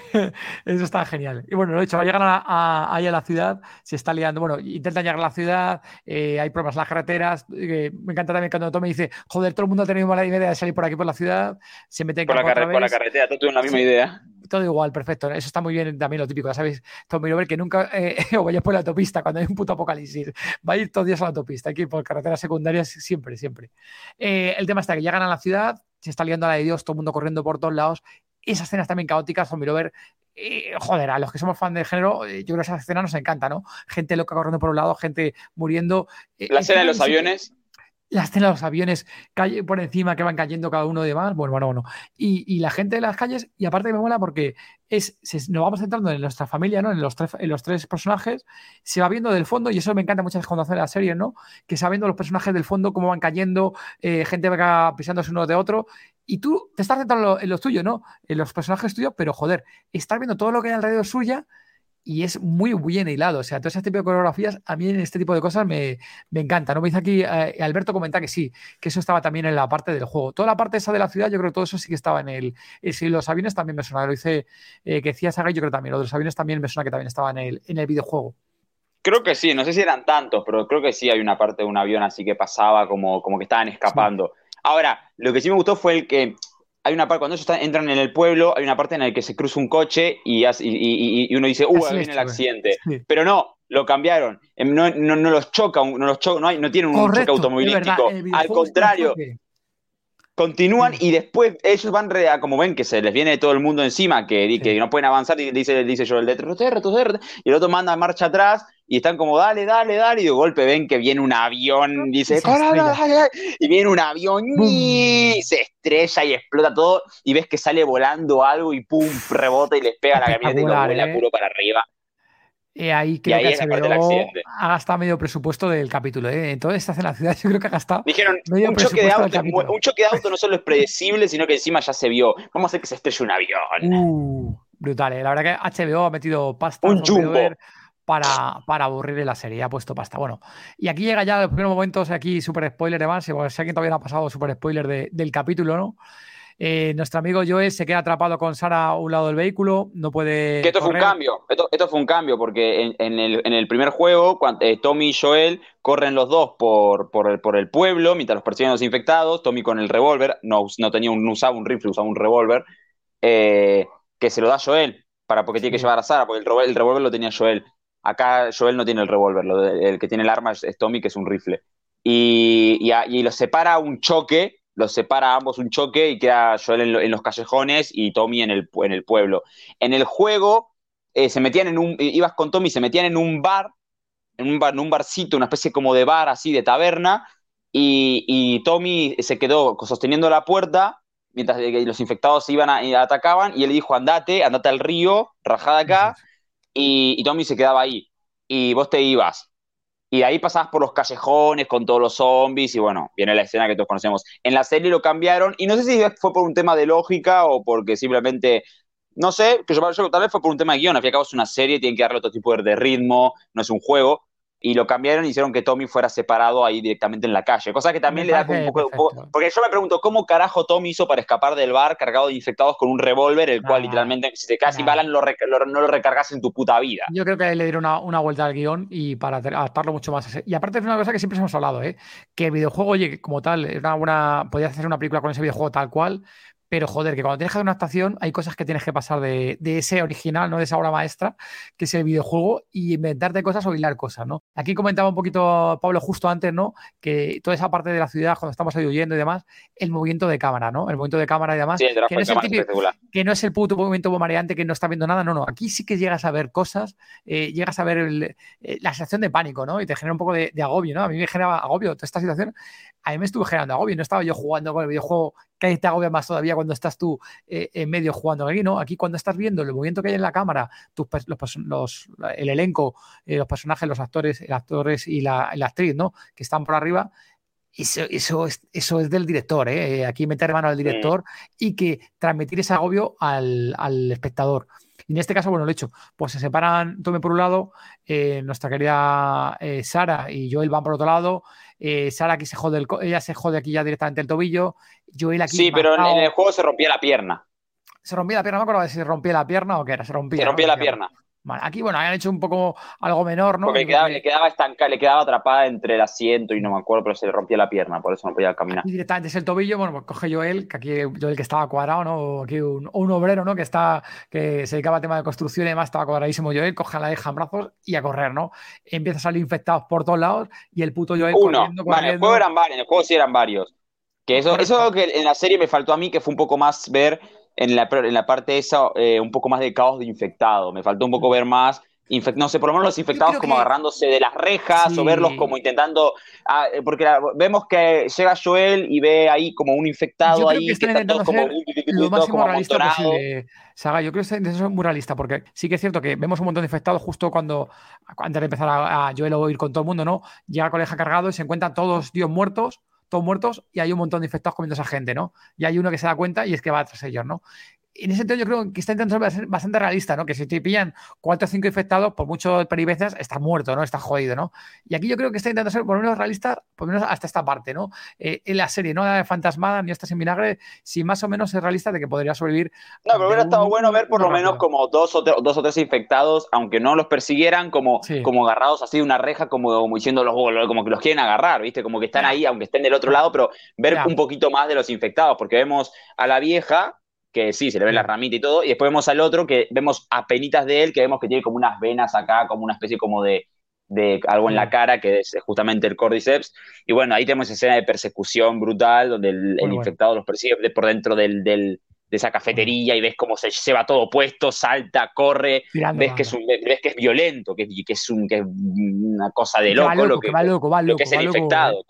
Eso está genial. Y bueno, lo hecho, llegan ahí a la ciudad, se está liando. Bueno, intentan llegar a la ciudad, hay problemas en las carreteras. Me encanta también cuando Tommy dice, joder, todo el mundo ha tenido mala idea de salir por aquí por la ciudad, se mete en Por campo otra la vez. carretera, todos tienen la misma Sí, idea. todo igual, perfecto. Eso está muy bien también lo típico, ya sabéis, Tommy Robert, que nunca os vayáis por la autopista cuando hay un puto apocalipsis. Va a ir todos los días a la autopista, hay que ir por carreteras secundarias siempre, siempre. El tema está que llegan a la ciudad, se está liando la de Dios, todo el mundo corriendo por todos lados. Esas escenas también caóticas, Tommy Robert. Joder, a los que somos fan del género, yo creo que esa escena nos encanta, ¿no? Gente loca corriendo por un lado, gente muriendo. La escena de los aviones. La escena de los aviones por encima que van cayendo cada uno de más. Bueno. Y la gente de las calles, y aparte me mola porque nos vamos centrando en nuestra familia, ¿no? En los tres personajes, se va viendo del fondo, y eso me encanta muchas veces cuando hacen la serie, ¿no? Que se va viendo los personajes del fondo, cómo van cayendo, gente va pisándose uno de otro, y tú te estás centrando en los tuyos, ¿no? En los personajes tuyos, pero joder, estás viendo todo lo que hay alrededor suya. Y es muy bien hilado. O sea, todo ese tipo de coreografías, a mí en este tipo de cosas me encanta, ¿no? Me dice aquí Alberto comenta que sí, que eso estaba también en la parte del juego. Toda la parte esa de la ciudad, yo creo que todo eso sí que estaba en el. Sí, los aviones también me suena. Lo dice que decía Saga, yo creo también. Lo de los aviones también me suena que también estaba en el videojuego. Creo que sí, no sé si eran tantos, pero creo que sí hay una parte de un avión así que pasaba como que estaban escapando. Sí. Ahora, lo que sí me gustó fue el que hay una parte, cuando ellos entran en el pueblo, hay una parte en la que se cruza un coche y uno dice, ahí viene el accidente. Sí. Pero no, lo cambiaron. No los choca, no tienen un choque automovilístico. Al contrario, continúan y después ellos van, como ven que se les viene todo el mundo encima, que no pueden avanzar, y dice yo, el de retroceder, y el otro manda marcha atrás, y están como, dale, y de golpe ven que viene un avión, dice, y viene un avión, y se estrella y explota todo, y ves que sale volando algo, y pum, rebota y les pega a la camioneta y lo vuela puro para arriba. Ahí creo que HBO ha gastado medio presupuesto del capítulo. En toda esta escena de la ciudad yo creo que ha gastado dijeron, medio un choque de auto no solo es predecible, sino que encima ya se vio. Vamos a hacer que se estrelle un avión. Brutal, La verdad que HBO ha metido pasta un jumbo para aburrir en la serie, ha puesto pasta. Bueno, y aquí llega ya los primeros momentos, aquí super spoiler de más, si alguien todavía no ha pasado super spoiler del capítulo, ¿no? Nuestro amigo Joel se queda atrapado con Sara a un lado del vehículo, no puede. Que esto correr. Esto fue un cambio, porque en el primer juego, Tommy y Joel corren los dos por el pueblo mientras los persiguen los infectados. Tommy con el revólver, no usaba un rifle, usaba un revólver, que se lo da Joel, porque tiene que llevar a Sara, porque el revólver lo tenía Joel. Acá Joel no tiene el revólver, el que tiene el arma es Tommy, que es un rifle. Y los separa un choque. Los separa a ambos un choque y queda Joel en los callejones y Tommy en el pueblo. En el juego ibas con Tommy, se metían en un barcito, una especie como de bar así, de taberna, y Tommy se quedó sosteniendo la puerta mientras los infectados iban y atacaban, y él dijo, andate al río, rajá de acá, y Tommy se quedaba ahí, y vos te ibas. Y ahí pasabas por los callejones con todos los zombies y bueno, viene la escena que todos conocemos. En la serie lo cambiaron y no sé si fue por un tema de lógica o porque simplemente, no sé, que yo tal vez fue por un tema de guión. Al fin y al cabo es una serie, tienen que darle otro tipo de ritmo, no es un juego. Y lo cambiaron y hicieron que Tommy fuera separado ahí directamente en la calle. Cosa que también le da como un poco... Porque yo me pregunto, ¿cómo carajo Tommy hizo para escapar del bar cargado de infectados con un revólver, el cual literalmente, si te quedas sin balas, no lo recargas en tu puta vida? Yo creo que le dieron una vuelta al guión y para adaptarlo mucho más. Y aparte es una cosa que siempre hemos hablado, que el videojuego, oye, como tal, podías hacer una película con ese videojuego tal cual, pero joder, que cuando tienes que hacer una adaptación hay cosas que tienes que pasar de ese original, ¿no? De esa obra maestra, que es el videojuego, y inventarte cosas o hilar cosas, ¿no? Aquí comentaba un poquito Pablo justo antes, ¿no? Que toda esa parte de la ciudad, cuando estamos ahí huyendo y demás, el movimiento de cámara, ¿no? El movimiento de cámara y demás, sí, que no es el puto movimiento mareante que no está viendo nada, no. Aquí sí que llegas a ver cosas, llegas a ver la sensación de pánico, ¿no? Y te genera un poco de agobio, ¿no? A mí me generaba agobio toda esta situación. A mí me estuvo generando agobio, no estaba yo jugando con el videojuego, que ahí te agobia más todavía cuando estás tú en medio jugando aquí, ¿no? Aquí cuando estás viendo el movimiento que hay en la cámara, el elenco, los personajes, los actores y la actriz, ¿no? Que están por arriba, Eso es del director, ¿eh? Aquí meter mano al director y que transmitir ese agobio al espectador. Y en este caso, bueno, lo he hecho, pues se separan Tommy por un lado, nuestra querida Sara y Joel van por otro lado. Sara aquí ella se jode aquí ya directamente el tobillo. Joel aquí. Sí, pero en el juego se rompía la pierna. Se rompía la pierna, no me acuerdo si se rompía la pierna o qué era, se rompía la pierna. Vale, aquí, bueno, habían hecho un poco algo menor, ¿no? Porque le quedaba estancada, le quedaba atrapada entre el asiento y no me acuerdo, pero se le rompía la pierna, por eso no podía caminar. Y directamente es el tobillo, bueno, pues coge Joel, que aquí Joel que estaba cuadrado, ¿no? Aquí un obrero, ¿no? Que se dedicaba al tema de construcción y demás, estaba cuadradísimo Joel, coge a la hija en brazos y a correr, ¿no? Empieza a salir infectados por todos lados y el puto Joel corriendo. Vale, en el juego eran varios, en el juego sí eran varios. Que eso es algo que en la serie me faltó a mí, que fue un poco más ver en la parte esa, un poco más de caos de infectado. Me faltó un poco ver más. No sé, por lo menos los infectados como agarrándose de las rejas, sí, o verlos como intentando. Porque vemos que llega Joel y ve ahí como un infectado ahí que están todos como lo máximo realista posible. Saga, yo creo que eso es muy realista, porque sí que es cierto que vemos un montón de infectados justo cuando antes de empezar a Joel o ir con todo el mundo, ¿no? Llega el colegio cargado y se encuentran todos muertos, y hay un montón de infectados comiendo a esa gente, ¿no? Y hay uno que se da cuenta y es que va tras ellos, ¿no? En ese sentido yo creo que está intentando ser bastante realista, ¿no? Que si te pillan 4 o 5 infectados, por mucho peripecias, estás muerto, ¿no? Estás jodido, ¿no? Y aquí yo creo que está intentando ser por lo menos realista, por lo menos hasta esta parte, ¿no? En la serie, no de fantasmada ni esta sin vinagre, si más o menos es realista de que podría sobrevivir. No, pero hubiera estado bueno ver por lo menos como dos o tres infectados, aunque no los persiguieran, como agarrados así de una reja, como diciendo como que los quieren agarrar, ¿viste? Como que están ahí, aunque estén del otro lado, pero ver un poquito más de los infectados, porque vemos a la vieja que sí, se le ven las ramitas y todo, y después vemos al otro que vemos apenitas de él, que vemos que tiene como unas venas acá, como una especie como de algo en la cara, que es justamente el Cordyceps, y bueno, ahí tenemos escena de persecución brutal, donde el infectado los persigue por dentro de esa cafetería, y ves cómo se lleva todo puesto, salta, corre, ves que es violento, que es una cosa de loco, lo que es el infectado,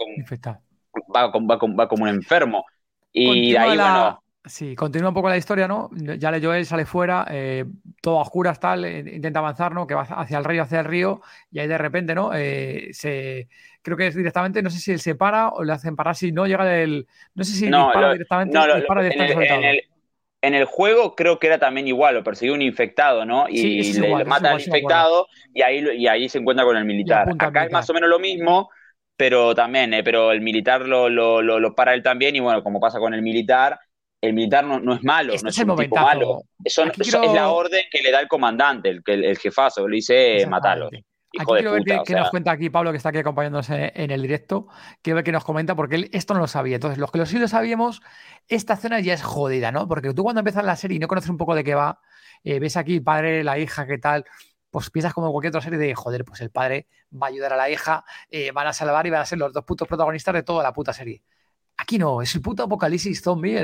va como un enfermo, y ahí bueno... Sí, continúa un poco la historia, ¿no? Ya Joel sale fuera, todo a oscuras, tal, intenta avanzar, ¿no? Que va hacia el río, y ahí de repente, ¿no? Creo que es directamente, no sé si él se para o le hacen parar, si no llega no sé si dispara directamente. En el juego creo que era también igual, lo persiguió un infectado, ¿no? Y sí, le mata al infectado, y ahí se encuentra con el militar. Acá es más o menos lo mismo, pero también, pero el militar lo para él también, y bueno, como pasa con el militar no es malo, no es un tipo malo. Eso es la orden que le da el comandante, el jefazo, le dice matarlo. Hijo aquí quiero ver qué nos cuenta aquí Pablo, que está aquí acompañándonos en el directo. Quiero ver qué nos comenta, porque él esto no lo sabía. Entonces, los que sí lo sabíamos, esta zona ya es jodida, ¿no? Porque tú cuando empiezas la serie y no conoces un poco de qué va, ves aquí el padre, la hija, qué tal, pues piensas como en cualquier otra serie de, joder, pues el padre va a ayudar a la hija, van a salvar y van a ser los dos putos protagonistas de toda la puta serie. Aquí no, es el puto apocalipsis zombie,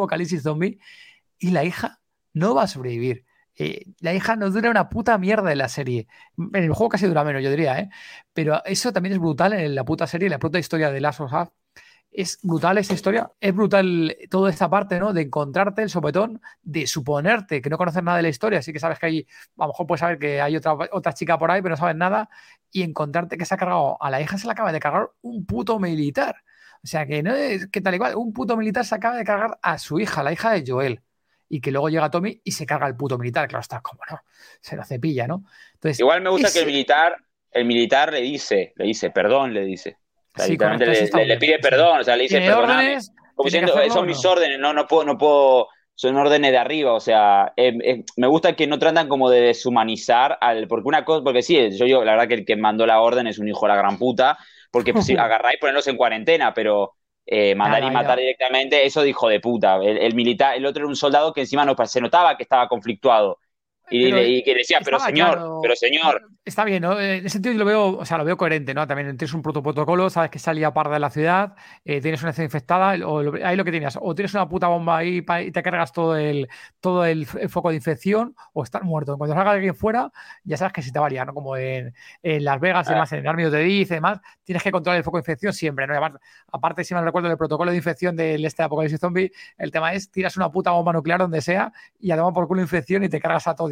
y la hija no va a sobrevivir. La hija no dura una puta mierda en la serie. En el juego casi dura menos, yo diría, ¿eh? Pero eso también es brutal en la puta serie, en la puta historia de Last of Us. Es brutal esa historia, es brutal toda esta parte, ¿no? De encontrarte el sopetón, de suponerte que no conoces nada de la historia, así que sabes que hay, a lo mejor puedes saber que hay otra chica por ahí, pero no sabes nada, y encontrarte que se ha cargado, a la hija se la acaba de cargar un puto militar. O sea, que no es que tal igual, un puto militar se acaba de cargar a su hija, la hija de Joel, y que luego llega Tommy y se carga al puto militar, claro, está como, no, se lo cepilla, ¿no? Entonces, igual me gusta que el militar le dice, perdón, le dice. O sea, sí, le pide perdón, o sea, le dice perdóname. Como diciendo, son mis órdenes, no puedo, son órdenes de arriba, o sea, me gusta que no tratan como de deshumanizar porque sí, yo la verdad que el que mandó la orden es un hijo de la gran puta, porque pues, si agarráis ponerlos en cuarentena, pero mandar y matar directamente, eso de hijo de puta. El militar, el otro era un soldado que encima se notaba que estaba conflictuado. Y que decía, pero señor. Está bien, ¿no? En ese sentido yo lo veo coherente, ¿no? También tienes un protocolo, sabes que salía parda de la ciudad, tienes una ciudad infectada, ahí lo que tenías, o tienes una puta bomba ahí y te cargas todo el foco de infección, o estás muerto. Cuando salga alguien fuera, ya sabes que se te va a liar, ¿no? Como en Las Vegas, además, en el Army te dice, además, tienes que controlar el foco de infección siempre, ¿no? Y además, aparte, si me recuerdo del protocolo de infección del Apocalipsis Zombie, el tema es, tiras una puta bomba nuclear donde sea y además por culo infección y te cargas a todo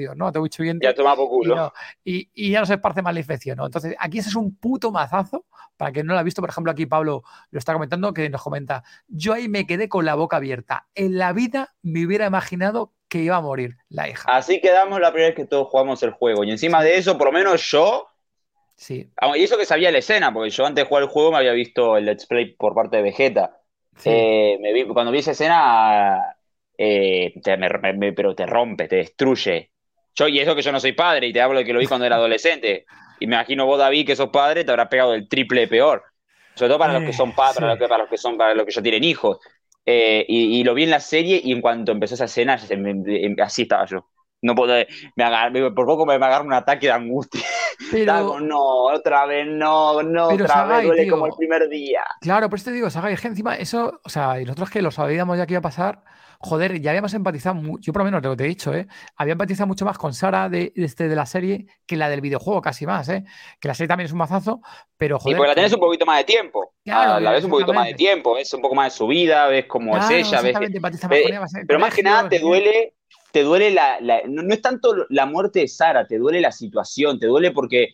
Dios, ¿no? A todo bicho viviente. Ya toma por Y, culo. no, y ya no se esparce más la infección, ¿no? Entonces, aquí ese es un puto mazazo. Para quien no lo ha visto, por ejemplo, aquí Pablo lo está comentando, que nos comenta, yo ahí me quedé con la boca abierta. En la vida me hubiera imaginado que iba a morir la hija. Así quedamos la primera vez que todos jugamos el juego. Y encima de eso, por lo menos yo, Sí, y eso que sabía la escena, porque yo antes de jugar el juego me había visto el Let's Play por parte de Vegeta. sí. Cuando vi esa escena, pero te rompe, te destruye. Y eso que yo no soy padre, y te hablo de que lo vi cuando era adolescente. Y me imagino vos, David, que sos padre, te habrás pegado el triple peor. Sobre todo para los que son padres, Sí. para los que ya tienen hijos. Y lo vi en la serie, y en cuanto empezó esa escena, así estaba yo. No puedo, por poco me agarra un ataque de angustia. Estaba Pero, como, no, otra vez, no, pero otra vez, Sagai, duele tío, como el primer día. claro, por eso te digo, Sagai, es que encima eso, o sea, y nosotros que lo sabíamos ya que iba a pasar, joder, ya habíamos empatizado, yo por lo menos lo que te he dicho, había empatizado mucho más con Sara de la serie que la del videojuego, casi más, que la serie también es un mazazo, pero Y joder, porque la tenés un poquito más de tiempo. claro, La ves un poquito más de exactamente, tiempo, ves un poco más de su vida, ves cómo es claro, ella, exactamente, empatizas más con ella, vas al pero más que nada colegio, no sé qué. te duele no es tanto la muerte de Sara, te duele la situación, te duele porque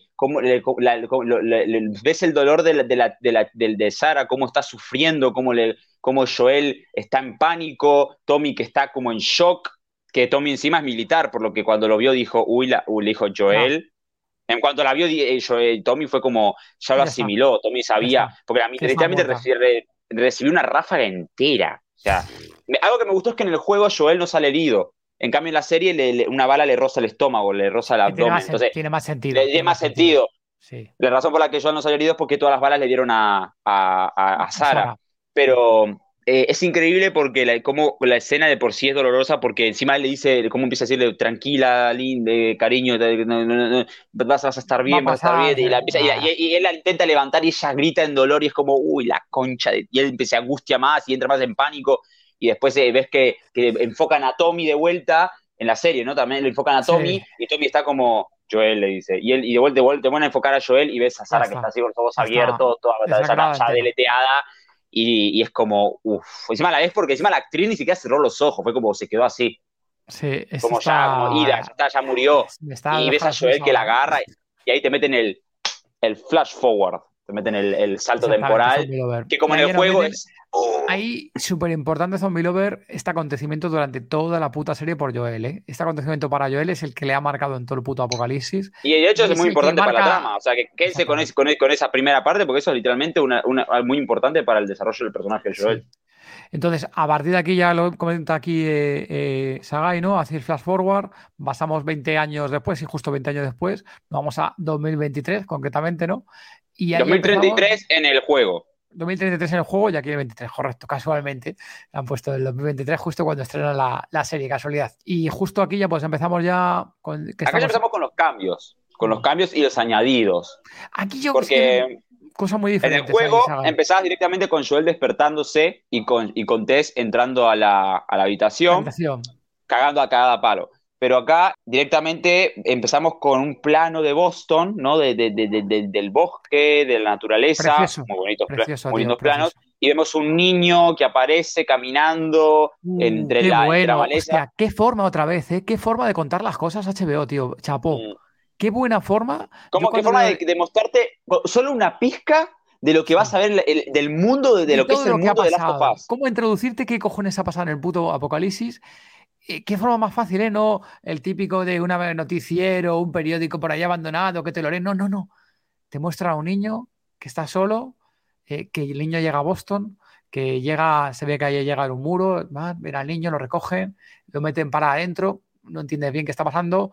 ves el dolor de Sara, cómo está sufriendo, cómo Joel está en pánico, Tommy que está como en shock, que Tommy encima es militar, por lo que cuando lo vio dijo, le dijo Ya, Joel. En cuanto la vio, Tommy fue como, ya lo ya está, asimiló, Tommy ya sabía, está, porque a mí que está literalmente muerta. recibió una ráfaga entera. O sea, algo que me gustó es que en el juego Joel no sale herido. En cambio, en la serie una bala le roza el estómago, le roza el Que abdomen. Entonces, tiene más le sentido, tiene tiene más más sentido. sentido. Sí, La razón por la que Joel no salió herido es porque todas las balas le dieron a Sara. Sara. Pero es increíble porque como la escena de por sí es dolorosa, porque encima él le dice, cómo empieza a decirle, tranquila, linda, cariño, vas a estar Va a bien, vas a estar pasar, bien. Y él la intenta levantar y ella grita en dolor y es como, uy, la concha. Y él se angustia más y entra más en pánico. Y después ves que enfocan a Tommy de vuelta en la serie, ¿no? También le enfocan a sí, Tommy y Tommy está como, Joel le dice, y de vuelta van a enfocar a Joel y ves a ya Sara que está está, así con los ojos está abiertos, toda desangrada ya entera. deleteada, y es como, uff, encima la ves porque encima la actriz ni siquiera cerró los ojos, fue como se quedó así, Sí, esto como ya, como ida, está. ya está, ya murió, Me está y ves a dejando Joel que la ahora. agarra y ahí te meten el flash forward, te meten el salto Exactamente, temporal, Zombie Lover. que Y como en ahí el ya nos juego meten. es... Ahí, súper importante, Zombie Lover, este acontecimiento durante toda la puta serie por Joel, ¿eh? Este acontecimiento para Joel es el que le ha marcado en todo el puto apocalipsis Y de hecho y es es muy el que importante para la marca. trama, o sea, que quédense Exactamente. con esa primera parte, porque eso es literalmente muy importante para el desarrollo del personaje de Joel. Sí. Entonces, a partir de aquí, ya lo comenta aquí Sagai, ¿no? Hacia el flash forward, pasamos 20 años después, y justo 20 años después, nos vamos a 2023, concretamente, ¿no? Y ahí empezamos. 2033 en el juego. 2033 en el juego y aquí el 23, correcto, casualmente. Han puesto el 2023 justo cuando estrenan la serie, casualidad. Y justo aquí ya pues empezamos ya con que Acá ya estamos. empezamos con los cambios y los añadidos. Aquí yo sí que veo Porque cosas muy en el diferentes ahí, juego Sagai. empezabas directamente con Joel despertándose y con Tess entrando a la La habitación, habitación. cagando a cada palo. Pero acá directamente empezamos con un plano de Boston, ¿no? Del bosque, de la naturaleza, Precioso, muy bonitos, precioso, muy tío, lindos planos, precioso. y vemos un niño que aparece caminando entre Qué la bueno. maleza. Hostia, qué forma otra vez, ¿eh? Qué forma de contar las cosas HBO, tío. Chapó. Mm. Qué buena forma. Yo ¿Qué cuando forma veo de mostrarte solo una pizca de lo que vas sí, a ver del mundo, de de lo que es todo el lo que ha mundo de Last of pasado, Us? cómo introducirte qué cojones ha pasado en el puto apocalipsis. ¿Qué forma más fácil, eh? No el típico de un noticiero, un periódico por ahí abandonado que te lo leen. No, no, no. Te muestra a un niño que está solo, que el niño llega a Boston, que llega, se ve que ahí llega a un muro, ven al niño, lo recogen, lo meten para adentro, no entiendes bien qué está pasando.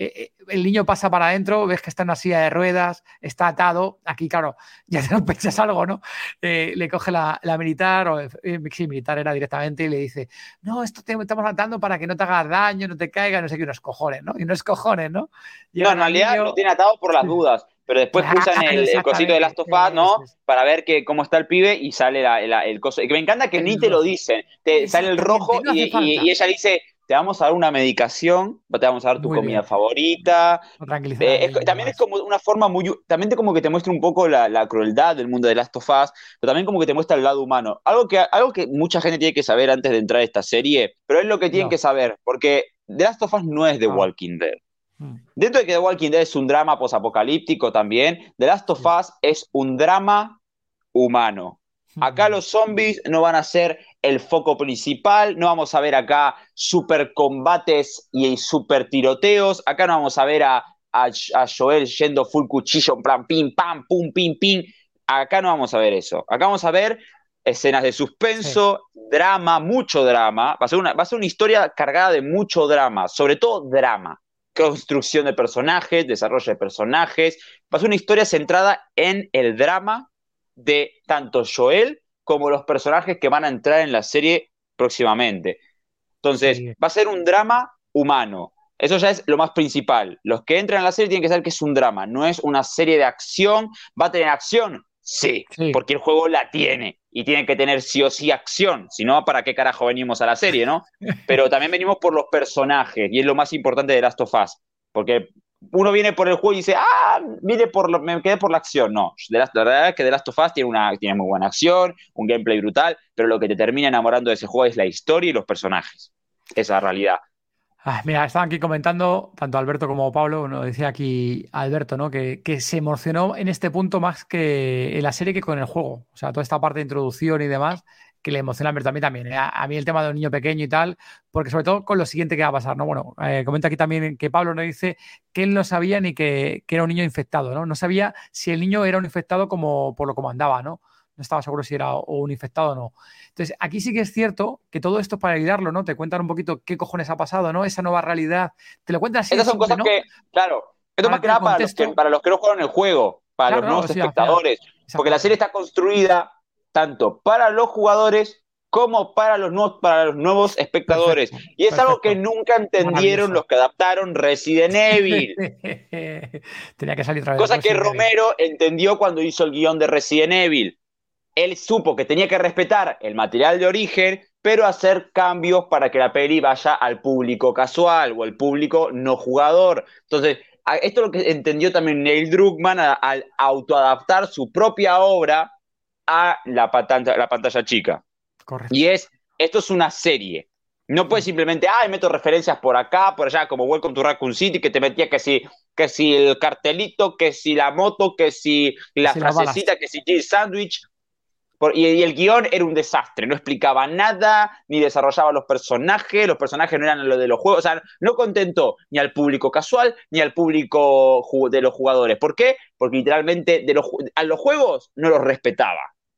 El niño pasa para adentro, ves que está en una silla de ruedas, está atado. Aquí, claro, ya te lo pensas algo, ¿no? Le coge la militar, o sí, militar era directamente, y le dice: no, esto te estamos atando para que no te hagas daño, no te caigas, no sé qué, unos cojones, ¿no? Y unos cojones, ¿no? No, en Llegan al realidad niño. lo tiene atado por las dudas, pero después Claro, pulsan el cosito de Last exactamente. of Us, Eso ¿no? es. Para ver cómo está el pibe y sale el coso. Y que me encanta que ni El te lo rojo. dicen. Te sale el Exactamente, rojo no hace y falta. ella dice, te vamos a dar una medicación, te vamos a dar tu Muy comida bien. favorita. Lo tranquilizar al niño, También es además. como una forma también como que te muestra un poco la crueldad del mundo de Last of Us, pero también como que te muestra el lado humano. Algo que mucha gente tiene que saber antes de entrar a esta serie, pero es lo que tienen No, que saber, porque The Last of Us no es The no, Walking Dead. Dentro de que The Walking Dead es un drama posapocalíptico también, The Last of Us es un drama humano. Acá los zombies no van a ser el foco principal, no vamos a ver acá super combates y super tiroteos, acá no vamos a ver a Joel yendo full cuchillo en plan pim, pam, pum, pim, pim. Acá no vamos a ver eso. Acá vamos a ver escenas de suspenso, drama, mucho drama. Va a ser una historia cargada de mucho drama, sobre todo drama. Construcción de personajes, desarrollo de personajes. Va a ser una historia centrada en el drama de tanto Joel como los personajes que van a entrar en la serie próximamente. Entonces, va a ser un drama humano. Eso ya es lo más principal. Los que entran en la serie tienen que saber que es un drama, no es una serie de acción. ¿Va a tener acción? Sí, porque el juego la tiene y tiene que tener sí o sí acción, si no, ¿para qué carajo venimos a la serie, no? Pero también venimos por los personajes y es lo más importante de Last of Us, porque uno viene por el juego y dice, me quedé por la acción. No, la verdad es que The Last of Us tiene muy buena acción, un gameplay brutal, pero lo que te termina enamorando de ese juego es la historia y los personajes. Esa es la realidad. Mira, estaban aquí comentando, tanto Alberto como Pablo, nos decía aquí Alberto, ¿no? Que se emocionó en este punto más que en la serie que con el juego. O sea, toda esta parte de introducción y demás, que le emociona a Alberto, a mí también. A mí el tema de un niño pequeño y tal, porque sobre todo con lo siguiente que va a pasar, ¿no? Bueno, comenta aquí también que Pablo nos dice que él no sabía ni que era un niño infectado, ¿no? No sabía si el niño era un infectado como por lo como andaba, ¿no? No estaba seguro si era o un infectado o no. Entonces, aquí sí que es cierto que todo esto es para ayudarlo, ¿no? Te cuentan un poquito qué cojones ha pasado, ¿no? Esa nueva realidad. Te lo cuentan así. Esas son cosas, ¿no? Que, claro, esto más que nada para los que no jugaron el juego, para los nuevos espectadores. Porque la serie está construida tanto para los jugadores como para los nuevos espectadores. Perfecto, y es algo que nunca entendieron los que adaptaron Resident Evil. Tenía que salir otra vez. Cosa que Romero entendió cuando hizo el guión de Resident Evil. Él supo que tenía que respetar el material de origen, pero hacer cambios para que la peli vaya al público casual o al público no jugador. Entonces, esto es lo que entendió también Neil Druckmann al autoadaptar su propia obra a la pantalla chica. Correcto. Y esto es una serie. No puedes simplemente, meto referencias por acá, por allá, como Welcome to Raccoon City, que te metía que si el cartelito, que si la moto, que si la frasecita, que si Jill Sandwich. Y el guión era un desastre, no explicaba nada, ni desarrollaba los personajes no eran lo de los juegos, o sea, no contentó ni al público casual ni al público de los jugadores. ¿Por qué? Porque literalmente a los juegos no los respetaba.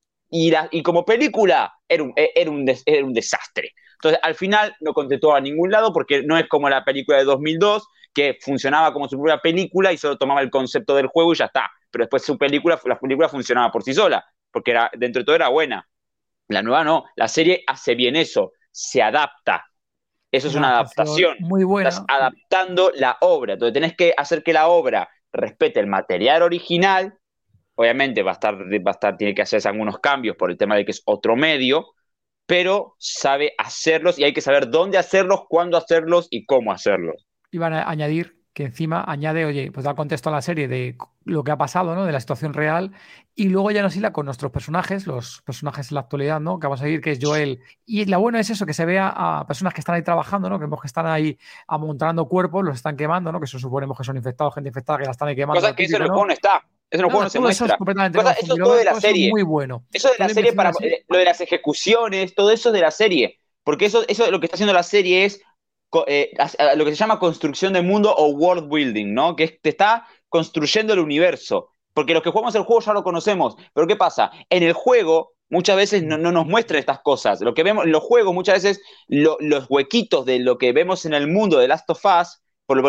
Y como película era un desastre. Entonces, al final no contentó a ningún lado porque no es como la película de 2002, que funcionaba como su propia película y solo tomaba el concepto del juego y ya está. Pero después la película funcionaba por sí sola, porque dentro de todo era buena. La nueva no, la serie hace bien eso, se adapta. Eso es una adaptación. Muy buena. Estás adaptando la obra. Entonces tenés que hacer que la obra respete el material original. Obviamente tiene que hacerse algunos cambios por el tema de que es otro medio, pero sabe hacerlos y hay que saber dónde hacerlos, cuándo hacerlos y cómo hacerlos. Iban a añadir que encima añade, oye, pues da contexto a la serie de lo que ha pasado, ¿no? De la situación real, y luego ya nos hila con nuestros personajes, los personajes en la actualidad, ¿no? Que vamos a ir, que es Joel. Y lo bueno es eso, que se vea a personas que están ahí trabajando, ¿no? Que vemos que están ahí amontonando cuerpos, los están quemando, ¿no? Que eso suponemos que son infectados, gente infectada, que la están ahí quemando. Cosa que eso en el juego no está. Eso en el juego no se muestra. Eso es completamente eso es todo de la serie. Muy bueno. Eso de la serie, lo de las ejecuciones, todo eso es de la serie. Porque eso lo que está haciendo la serie es lo que se llama construcción de mundo o world building, ¿no? Que te está construyendo el universo. Porque los que jugamos el juego ya lo conocemos. Pero ¿qué pasa? En el juego muchas veces no nos muestran estas cosas. Lo que vemos en los juegos, muchas veces los huequitos de lo que vemos en el mundo de Last of Us,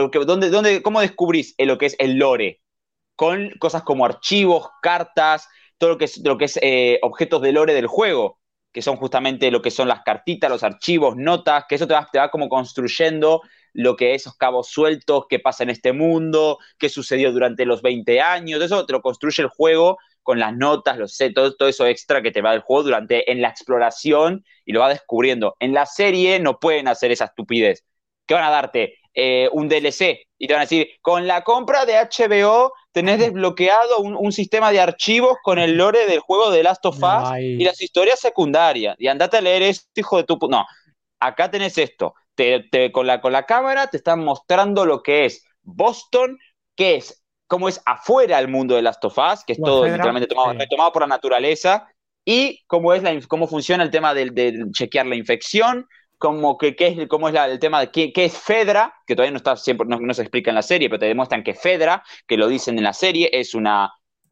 ¿cómo descubrís lo que es el lore? Con cosas como archivos, cartas, todo lo que es objetos de lore del juego, que son justamente lo que son las cartitas, los archivos, notas, que eso te va como construyendo lo que es esos cabos sueltos, qué pasa en este mundo, qué sucedió durante los 20 años, eso te lo construye el juego con las notas, todo eso extra que te va del juego en la exploración y lo va descubriendo. En la serie no pueden hacer esa estupidez. ¿Qué van a darte? Un DLC y te van a decir, con la compra de HBO tenés desbloqueado un sistema de archivos con el lore del juego de Last of Us y las historias secundarias, y andate a leer esto, hijo de tu... No, acá tenés esto, con la cámara te están mostrando lo que es Boston, que es cómo es afuera del mundo de Last of Us, que es todo Fedra, literalmente retomado por la naturaleza, y cómo funciona el tema de chequear la infección, cómo es el tema de qué es Fedra, que todavía no está siempre, no se explica en la serie, pero te demuestran que Fedra, que lo dicen en la serie, es una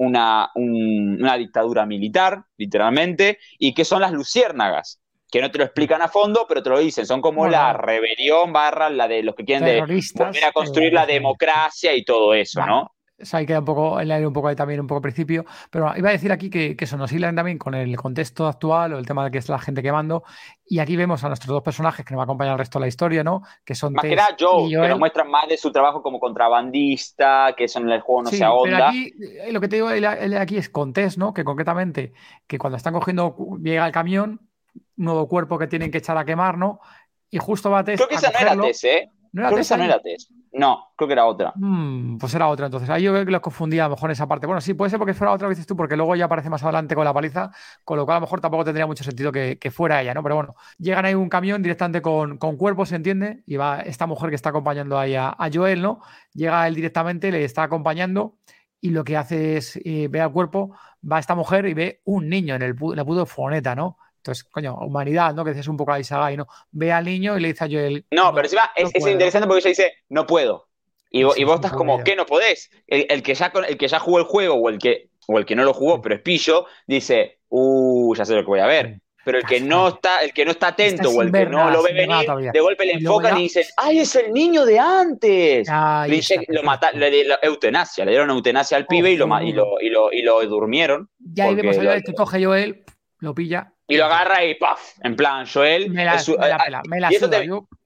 dictadura militar, literalmente, y que son las luciérnagas, que no te lo explican a fondo, pero te lo dicen, son como la rebelión / la de los que quieren volver a construir la democracia y todo eso, ¿no? Eso ahí queda un poco, el aire un poco ahí también, un poco al principio. Pero iba a decir aquí que eso nos hilan también con el contexto actual o el tema de que es la gente quemando. Y aquí vemos a nuestros dos personajes que nos va a acompañar el resto de la historia, ¿no? Que son más que nada Joe, que nos muestran más de su trabajo como contrabandista, que eso en el juego no se ahonda. Pero aquí, lo que te digo aquí es con Tess, ¿no? Que concretamente, que cuando están cogiendo, llega el camión, un nuevo cuerpo que tienen que echar a quemar, ¿no? Y justo va Tess. Creo que esa no era Tess, ¿eh? Creo que esa no era Tess. No, creo que era otra. Pues era otra, entonces. Ahí yo creo que lo confundía a lo mejor en esa parte. Bueno, sí, puede ser porque fuera otra, dices tú, porque luego ya aparece más adelante con la paliza, con lo cual a lo mejor tampoco tendría mucho sentido que fuera ella, ¿no? Pero bueno, llegan ahí un camión directamente con cuerpos, ¿se entiende? Y va esta mujer que está acompañando ahí a Joel, ¿no? Llega él directamente, le está acompañando y lo que hace es, ve al cuerpo, va esta mujer y ve un niño en la puta furgoneta, ¿no? Entonces, coño, humanidad, ¿no? Que dices un poco a Isagai, ¿no? Ve al niño y le dice a Joel... No, pero encima es interesante porque ella dice, no puedo. Y vos estás como, ¿qué no podés? El que ya jugó el juego o el que no lo jugó, pero es pillo, dice, ya sé lo que voy a ver. Pero el que no está atento o el que no lo ve venir, de golpe le enfocan y dicen, ¡ay, es el niño de antes! Le dieron eutanasia al pibe y lo durmieron. Ya ahí vemos a Joel que coge Joel, lo pilla. Y lo agarra y ¡paf! En plan, Joel... Me la suda.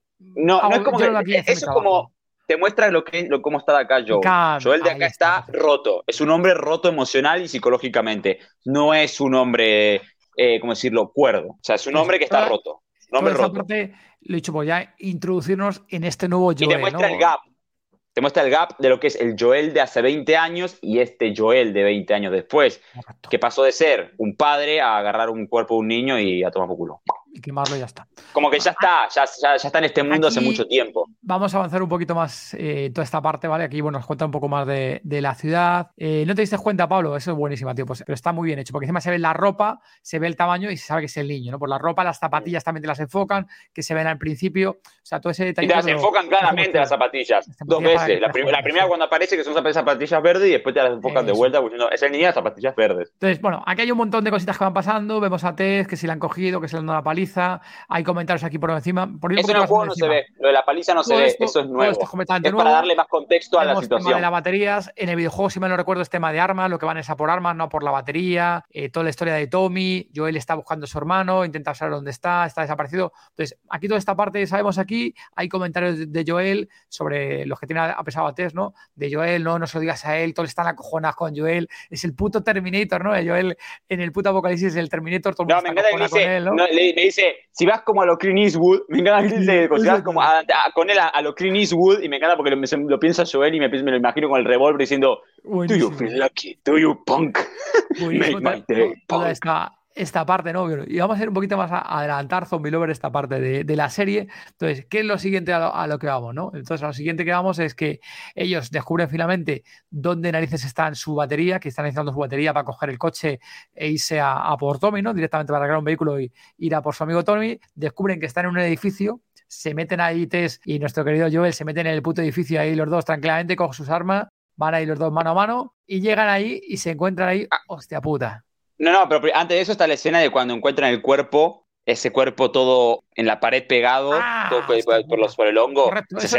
No es como que... Eso es como... Te muestra cómo está de acá Joel. Joel de acá está roto. Es un hombre roto emocional y psicológicamente. No es un hombre, ¿cómo decirlo?, cuerdo. O sea, es un hombre que está roto. Un hombre roto. Parte, lo he dicho, pues ya introducirnos en este nuevo Joel. Y te muestra el gap. Te muestra el gap de lo que es el Joel de hace 20 años y este Joel de 20 años después. Correcto. Que pasó de ser un padre a agarrar un cuerpo de un niño y a tomar por culo. Y quemarlo y ya está. Como que ya está en este mundo hace mucho tiempo. Vamos a avanzar un poquito más toda esta parte, ¿vale? Aquí, bueno, nos cuenta un poco más de la ciudad. ¿No te diste cuenta, Pablo? Eso es buenísima, tío. Pues, pero está muy bien hecho, porque encima se ve la ropa, se ve el tamaño y se sabe que es el niño, ¿no? Por la ropa, las zapatillas también te las enfocan, que se ven al principio. O sea, todo ese detalle. Y te las enfocan claramente las zapatillas. 2 veces. La primera cuando aparece que son zapatillas verdes y después te las enfocan de vuelta diciendo, es el niño de zapatillas verdes. Entonces, bueno, aquí hay un montón de cositas que van pasando. Vemos a Tess, que se le han cogido, que se le han dado la paliza. Hay comentarios aquí por encima. Eso en el juego no se ve. Lo de la paliza no se ve. Eso es nuevo. Es para darle más contexto a la situación. Tema de las baterías. En el videojuego, si mal no recuerdo, es tema de armas. Lo que van es a por armas, no por la batería. Toda la historia de Tommy. Joel está buscando a su hermano, intenta saber dónde está desaparecido. Entonces, aquí toda esta parte sabemos aquí. Hay comentarios de Joel sobre los que tiene apesado a Tess, ¿no? De Joel, no se lo digas a él. Todos están acojonados con Joel. Es el puto Terminator, ¿no? Joel en el puto Apocalipsis es el Terminator. Todo el mundo me encanta que dice, me dice, si vas como a lo Clint Eastwood, me encanta que dice, si vas como con él a lo Clint Eastwood, y me encanta porque lo piensa Joel y me lo imagino con el revólver diciendo, do you feel lucky? Do you punk? Make my day, punk. Esta parte, ¿no? Y vamos a ir un poquito más a adelantar, Zombie Lover, esta parte de la serie. Entonces, ¿qué es lo siguiente a lo que vamos, no? Entonces, lo siguiente que vamos es que ellos descubren finalmente dónde narices está en su batería, que están necesitando su batería para coger el coche e irse a por Tommy, ¿no? Directamente para arreglar un vehículo y ir a por su amigo Tommy. Descubren que están en un edificio, se meten ahí Tess y nuestro querido Joel se meten en el puto edificio ahí los dos tranquilamente, cogen sus armas, van ahí los dos mano a mano y llegan ahí y se encuentran ahí, hostia puta. No, pero antes de eso está la escena de cuando encuentran el cuerpo, ese cuerpo todo en la pared pegado, todo por el hongo. Correcto, eso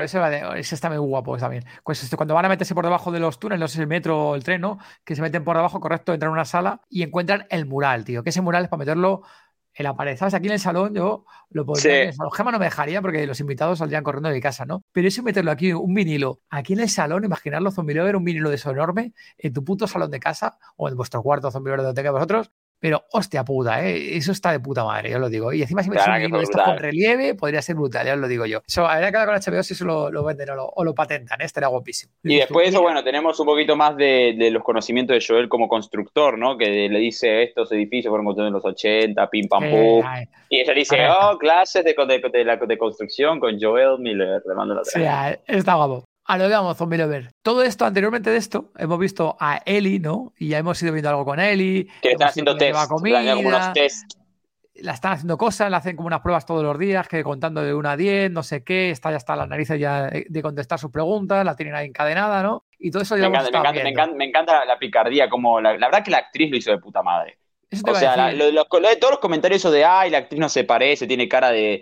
ese está muy guapo también. Pues cuando van a meterse por debajo de los túneles, no sé si el metro o el tren, ¿no? Que se meten por debajo, correcto, entran a una sala y encuentran el mural, tío. Que ese mural es para meterlo en la pared. ¿Sabes? Aquí en el salón yo lo podría... Sí. Gema no me dejaría porque los invitados saldrían corriendo de mi casa, ¿no? Pero eso meterlo aquí, un vinilo, aquí en el salón, imaginarlo, Zombie Lover, un vinilo de eso enorme, en tu puto salón de casa o en vuestro cuarto, Zombie Lover, donde tengáis vosotros. Pero, hostia puta, eso está de puta madre, yo os lo digo. Y encima si me un vinilo de esto con relieve, podría ser brutal, ya os lo digo yo. Eso, habría que hablar con HBO si eso lo venden o lo patentan, estaría guapísimo. Y después de eso, bueno, tenemos un poquito más de los conocimientos de Joel como constructor, ¿no? Que le dice, estos edificios fueron construidos en los 80, pim, pam, pum. Y ella dice, clases de construcción con Joel Miller. Le mando la sí, está guapo. A lo que vamos, Zombie Lover. Todo esto, anteriormente de esto, hemos visto a Ellie, ¿no? Y ya hemos ido viendo algo con Ellie. Que le están hemos haciendo visto que le lleva test. Le han dado como unos test. la están haciendo cosas, le hacen como unas pruebas todos los días, que contando de 1 a 10, no sé qué, está ya hasta las narices ya de contestar sus preguntas, la tienen ahí encadenada, ¿no? Y todo eso ya Me encanta la picardía, como la verdad que la actriz lo hizo de puta madre. Eso te O iba a sea, decir. lo de todos los comentarios eso de ay, la actriz no se parece, tiene cara de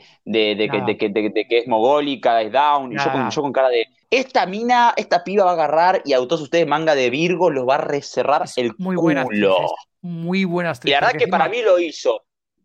que es mogólica, es down, y Nada. yo con cara de esta piba va a agarrar y a todos ustedes manga de Virgo los va a recerrar Es el muy culo. buena actriz, es muy buena Y actriz. la verdad porque que para encima- mí lo hizo.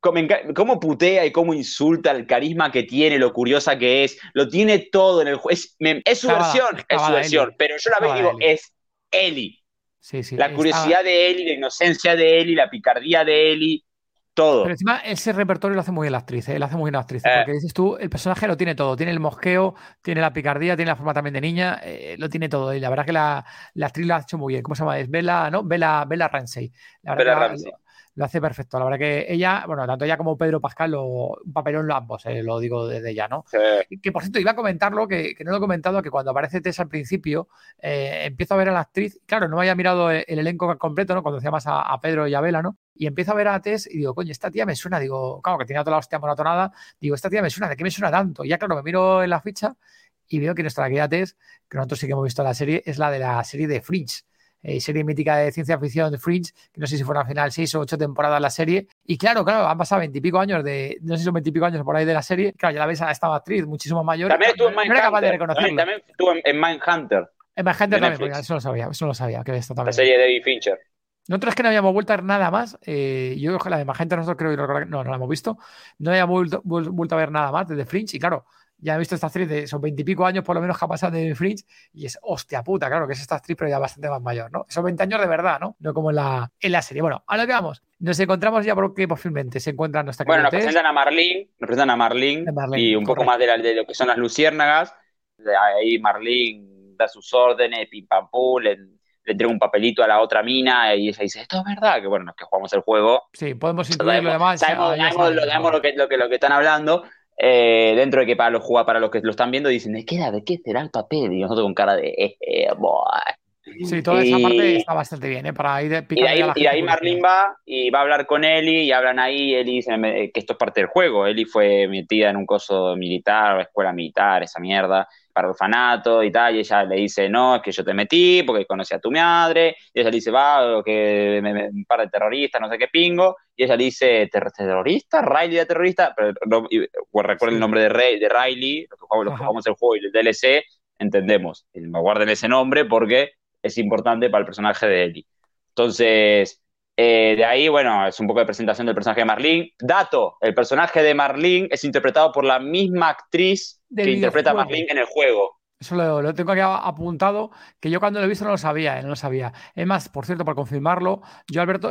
Cómo putea y cómo insulta, el carisma que tiene, lo curiosa que es, lo tiene todo en el juego. Es su versión, Ellie. pero yo la veo y digo, Ellie. es Ellie. Sí, sí. La curiosidad de Ellie, la inocencia de Ellie, la picardía de Ellie, todo. Pero encima ese repertorio lo hace muy bien la actriz, ¿eh? Lo hace muy bien la actriz, porque dices tú, el personaje lo tiene todo, tiene el mosqueo, tiene la picardía, tiene la forma también de niña, lo tiene todo. Y la verdad que la actriz lo ha hecho muy bien. ¿Cómo se llama? Es Bella, ¿no? Bella Ramsey. La verdad Bella que Ramsey. lo hace perfecto. La verdad que ella, bueno, tanto ella como Pedro Pascal, un papelón los ambos, lo digo desde ya, ¿no? Sí. Que por cierto, iba a comentarlo, que no lo he comentado, que cuando aparece Tess al principio, empiezo a ver a la actriz, claro, no me había mirado el elenco completo, ¿no? Cuando decía más a Pedro y a Bella, ¿no? Y empiezo a ver a Tess y digo, coño, esta tía me suena, digo, claro, que tenía toda la hostia monotonada, digo, esta tía me suena, ¿de qué me suena tanto? Y ya, claro, me miro en la ficha y veo que nuestra querida Tess, que nosotros sí que hemos visto la serie, es la de la serie de Fringe. Serie mítica de ciencia ficción de Fringe, que no sé si fueron al final 6 o 8 temporadas la serie, y claro, han pasado 20 y pico años no sé si son 20 y pico años por ahí de la serie, claro, ya la ves a esta actriz muchísimo mayor, También estuvo en no era capaz de Mindhunter. reconocerlo. También estuvo en Mindhunter, En Mindhunter de también, Netflix. porque eso no lo sabía, que esto la también. serie de David Fincher. Nosotros es que no habíamos vuelto a ver nada más. Yo la de Magenta nosotros creo que no la hemos visto. No habíamos vuelto a ver nada más desde Fringe. Y claro, ya he visto esta actriz de son 20 y pico años por lo menos que ha pasado de Fringe. Y es hostia puta, claro, que es esta actriz pero ya bastante más mayor, ¿no? Esos 20 años de verdad, ¿no? No como en la serie. Bueno, a lo que vamos. Nos encontramos ya porque posiblemente se encuentra nuestra Bueno, nos querida Tess. presentan a Marlene De Marlene, y un poco correcto. más de lo que son las luciérnagas. Ahí Marlene da sus órdenes, pim pam pum, le entrega un papelito a la otra mina y ella dice, esto es verdad, que bueno, que jugamos el juego. Sí, podemos incluir lo demás. Sabemos lo que están hablando. Dentro de que para los que lo están viendo dicen, ¿de qué será el papel? Y nosotros con cara de buah. Sí, toda esa parte está bastante bien, ¿eh? Para ir picando ya la Y de ahí gente Marlene va y va a hablar con Ellie y hablan ahí. Ellie dice que esto es parte del juego. Ellie fue metida en un coso militar, escuela militar, esa mierda, para orfanato y tal. Y ella le dice, no, es que yo te metí porque conocí a tu madre. Y ella le dice, va, que un par de terroristas, no sé qué pingo. Y ella le dice, ¿terrorista? ¿Riley de terrorista? Pero no, recuerden el nombre de Riley, los que jugamos el juego y el DLC, entendemos. Guarden ese nombre porque es importante para el personaje de Ellie. Entonces, de ahí, bueno, es un poco de presentación del personaje de Marlene. Dato, el personaje de Marlene es interpretado por la misma actriz que interpreta a Marlene en el juego. Eso lo tengo aquí apuntado, que yo cuando lo he visto no lo sabía, no lo sabía. Es más, por cierto, por confirmarlo, yo Alberto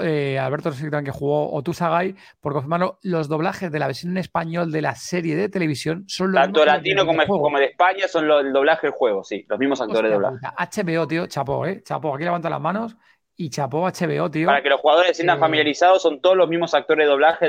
que jugó Otusagai, por confirmarlo, los doblajes de la versión en español de la serie de televisión son los tanto latino como de España son el doblaje del juego, sí, los mismos actores de doblaje. HBO, tío, chapó, chapó, aquí levanto las manos y chapó HBO, tío. Para que los jugadores se sientan familiarizados, son todos los mismos actores de doblaje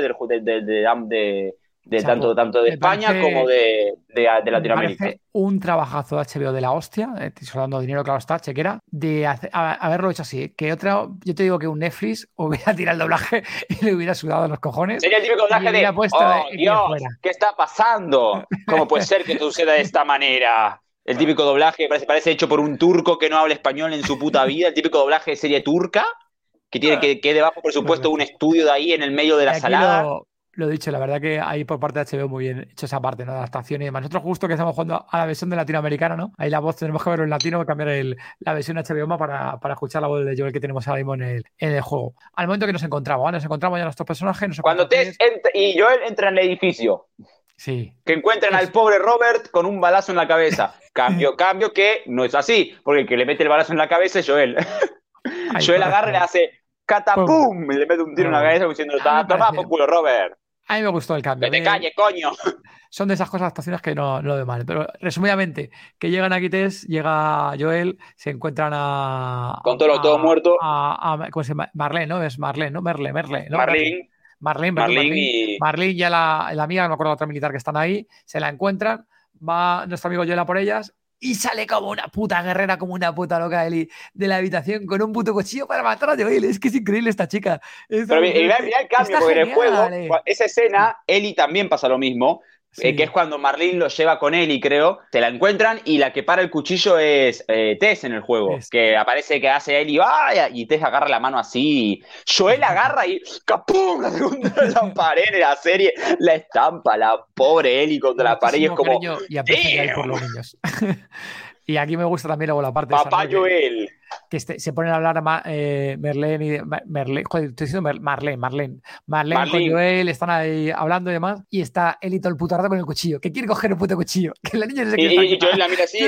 tanto de España como de Latinoamérica. Me parece un trabajazo de HBO de la hostia, estoy dando dinero, claro está, chequera, de haberlo hecho así. Que yo te digo que un Netflix hubiera tirado el doblaje y le hubiera sudado los cojones. Sería el típico doblaje de, oh Dios, ¿qué está pasando? ¿Cómo puede ser que suceda de esta manera? El típico doblaje que parece hecho por un turco que no habla español en su puta vida, el típico doblaje de serie turca, que tiene que debajo, por supuesto, un estudio de ahí en el medio de la salada. Lo dicho, la verdad que ahí por parte de HBO muy bien hecho esa parte, ¿no? De adaptación y demás. Nosotros justo que estamos jugando a la versión de latinoamericana, ¿no? Ahí la voz tenemos que verlo en latino, cambiar la versión HBO para escuchar la voz de Joel que tenemos ahora mismo en el juego. Al momento que nos encontramos, ¿vale? Nos encontramos ya nuestros personajes. Cuando Tess y Joel entran al edificio. Sí. Que encuentran al pobre Robert con un balazo en la cabeza. Cambio que no es así, porque el que le mete el balazo en la cabeza es Joel. Joel agarra y le hace catapum, y le mete un tiro en la cabeza diciendo, toma por culo, Robert. A mí me gustó el cambio. Que te calles, coño. Son de esas cosas, actuaciones que no lo veo mal. Pero resumidamente, que llegan aquí Tess, llega Joel, se encuentran con todo muerto. ¿Cómo se llama? Marlene, ¿no? Es Marlene, ¿no? Merle, ¿no? Marlene, ya la amiga, no me acuerdo, otra militar que están ahí, se la encuentran, va nuestro amigo Joel a por ellas y sale como una puta guerrera, como una puta loca Ellie de la habitación con un puto cuchillo para matar a Joel. Es que es increíble esta chica. Pero mirá el cambio, porque en el juego, esa escena, Ellie también pasa lo mismo. Sí. Que es cuando Marlene lo lleva con Ellie, creo. Se la encuentran y la que para el cuchillo es Tess en el juego. Tess. Que aparece que hace Ellie y Tess agarra la mano así. Joel agarra y ¡capum! Contra la pared en la serie. La estampa, la pobre Ellie contra la pared. Y es como. Y aprecia por los niños. Y aquí me gusta también luego la parte Papá de Joel. Que se ponen a hablar Merlene y joder, estoy diciendo Marlene con Joel, están ahí hablando y demás, y está Ellie todo el puto rato con el cuchillo, que quiere coger el puto cuchillo, que la niña no se quiere. Y Joel la mira así,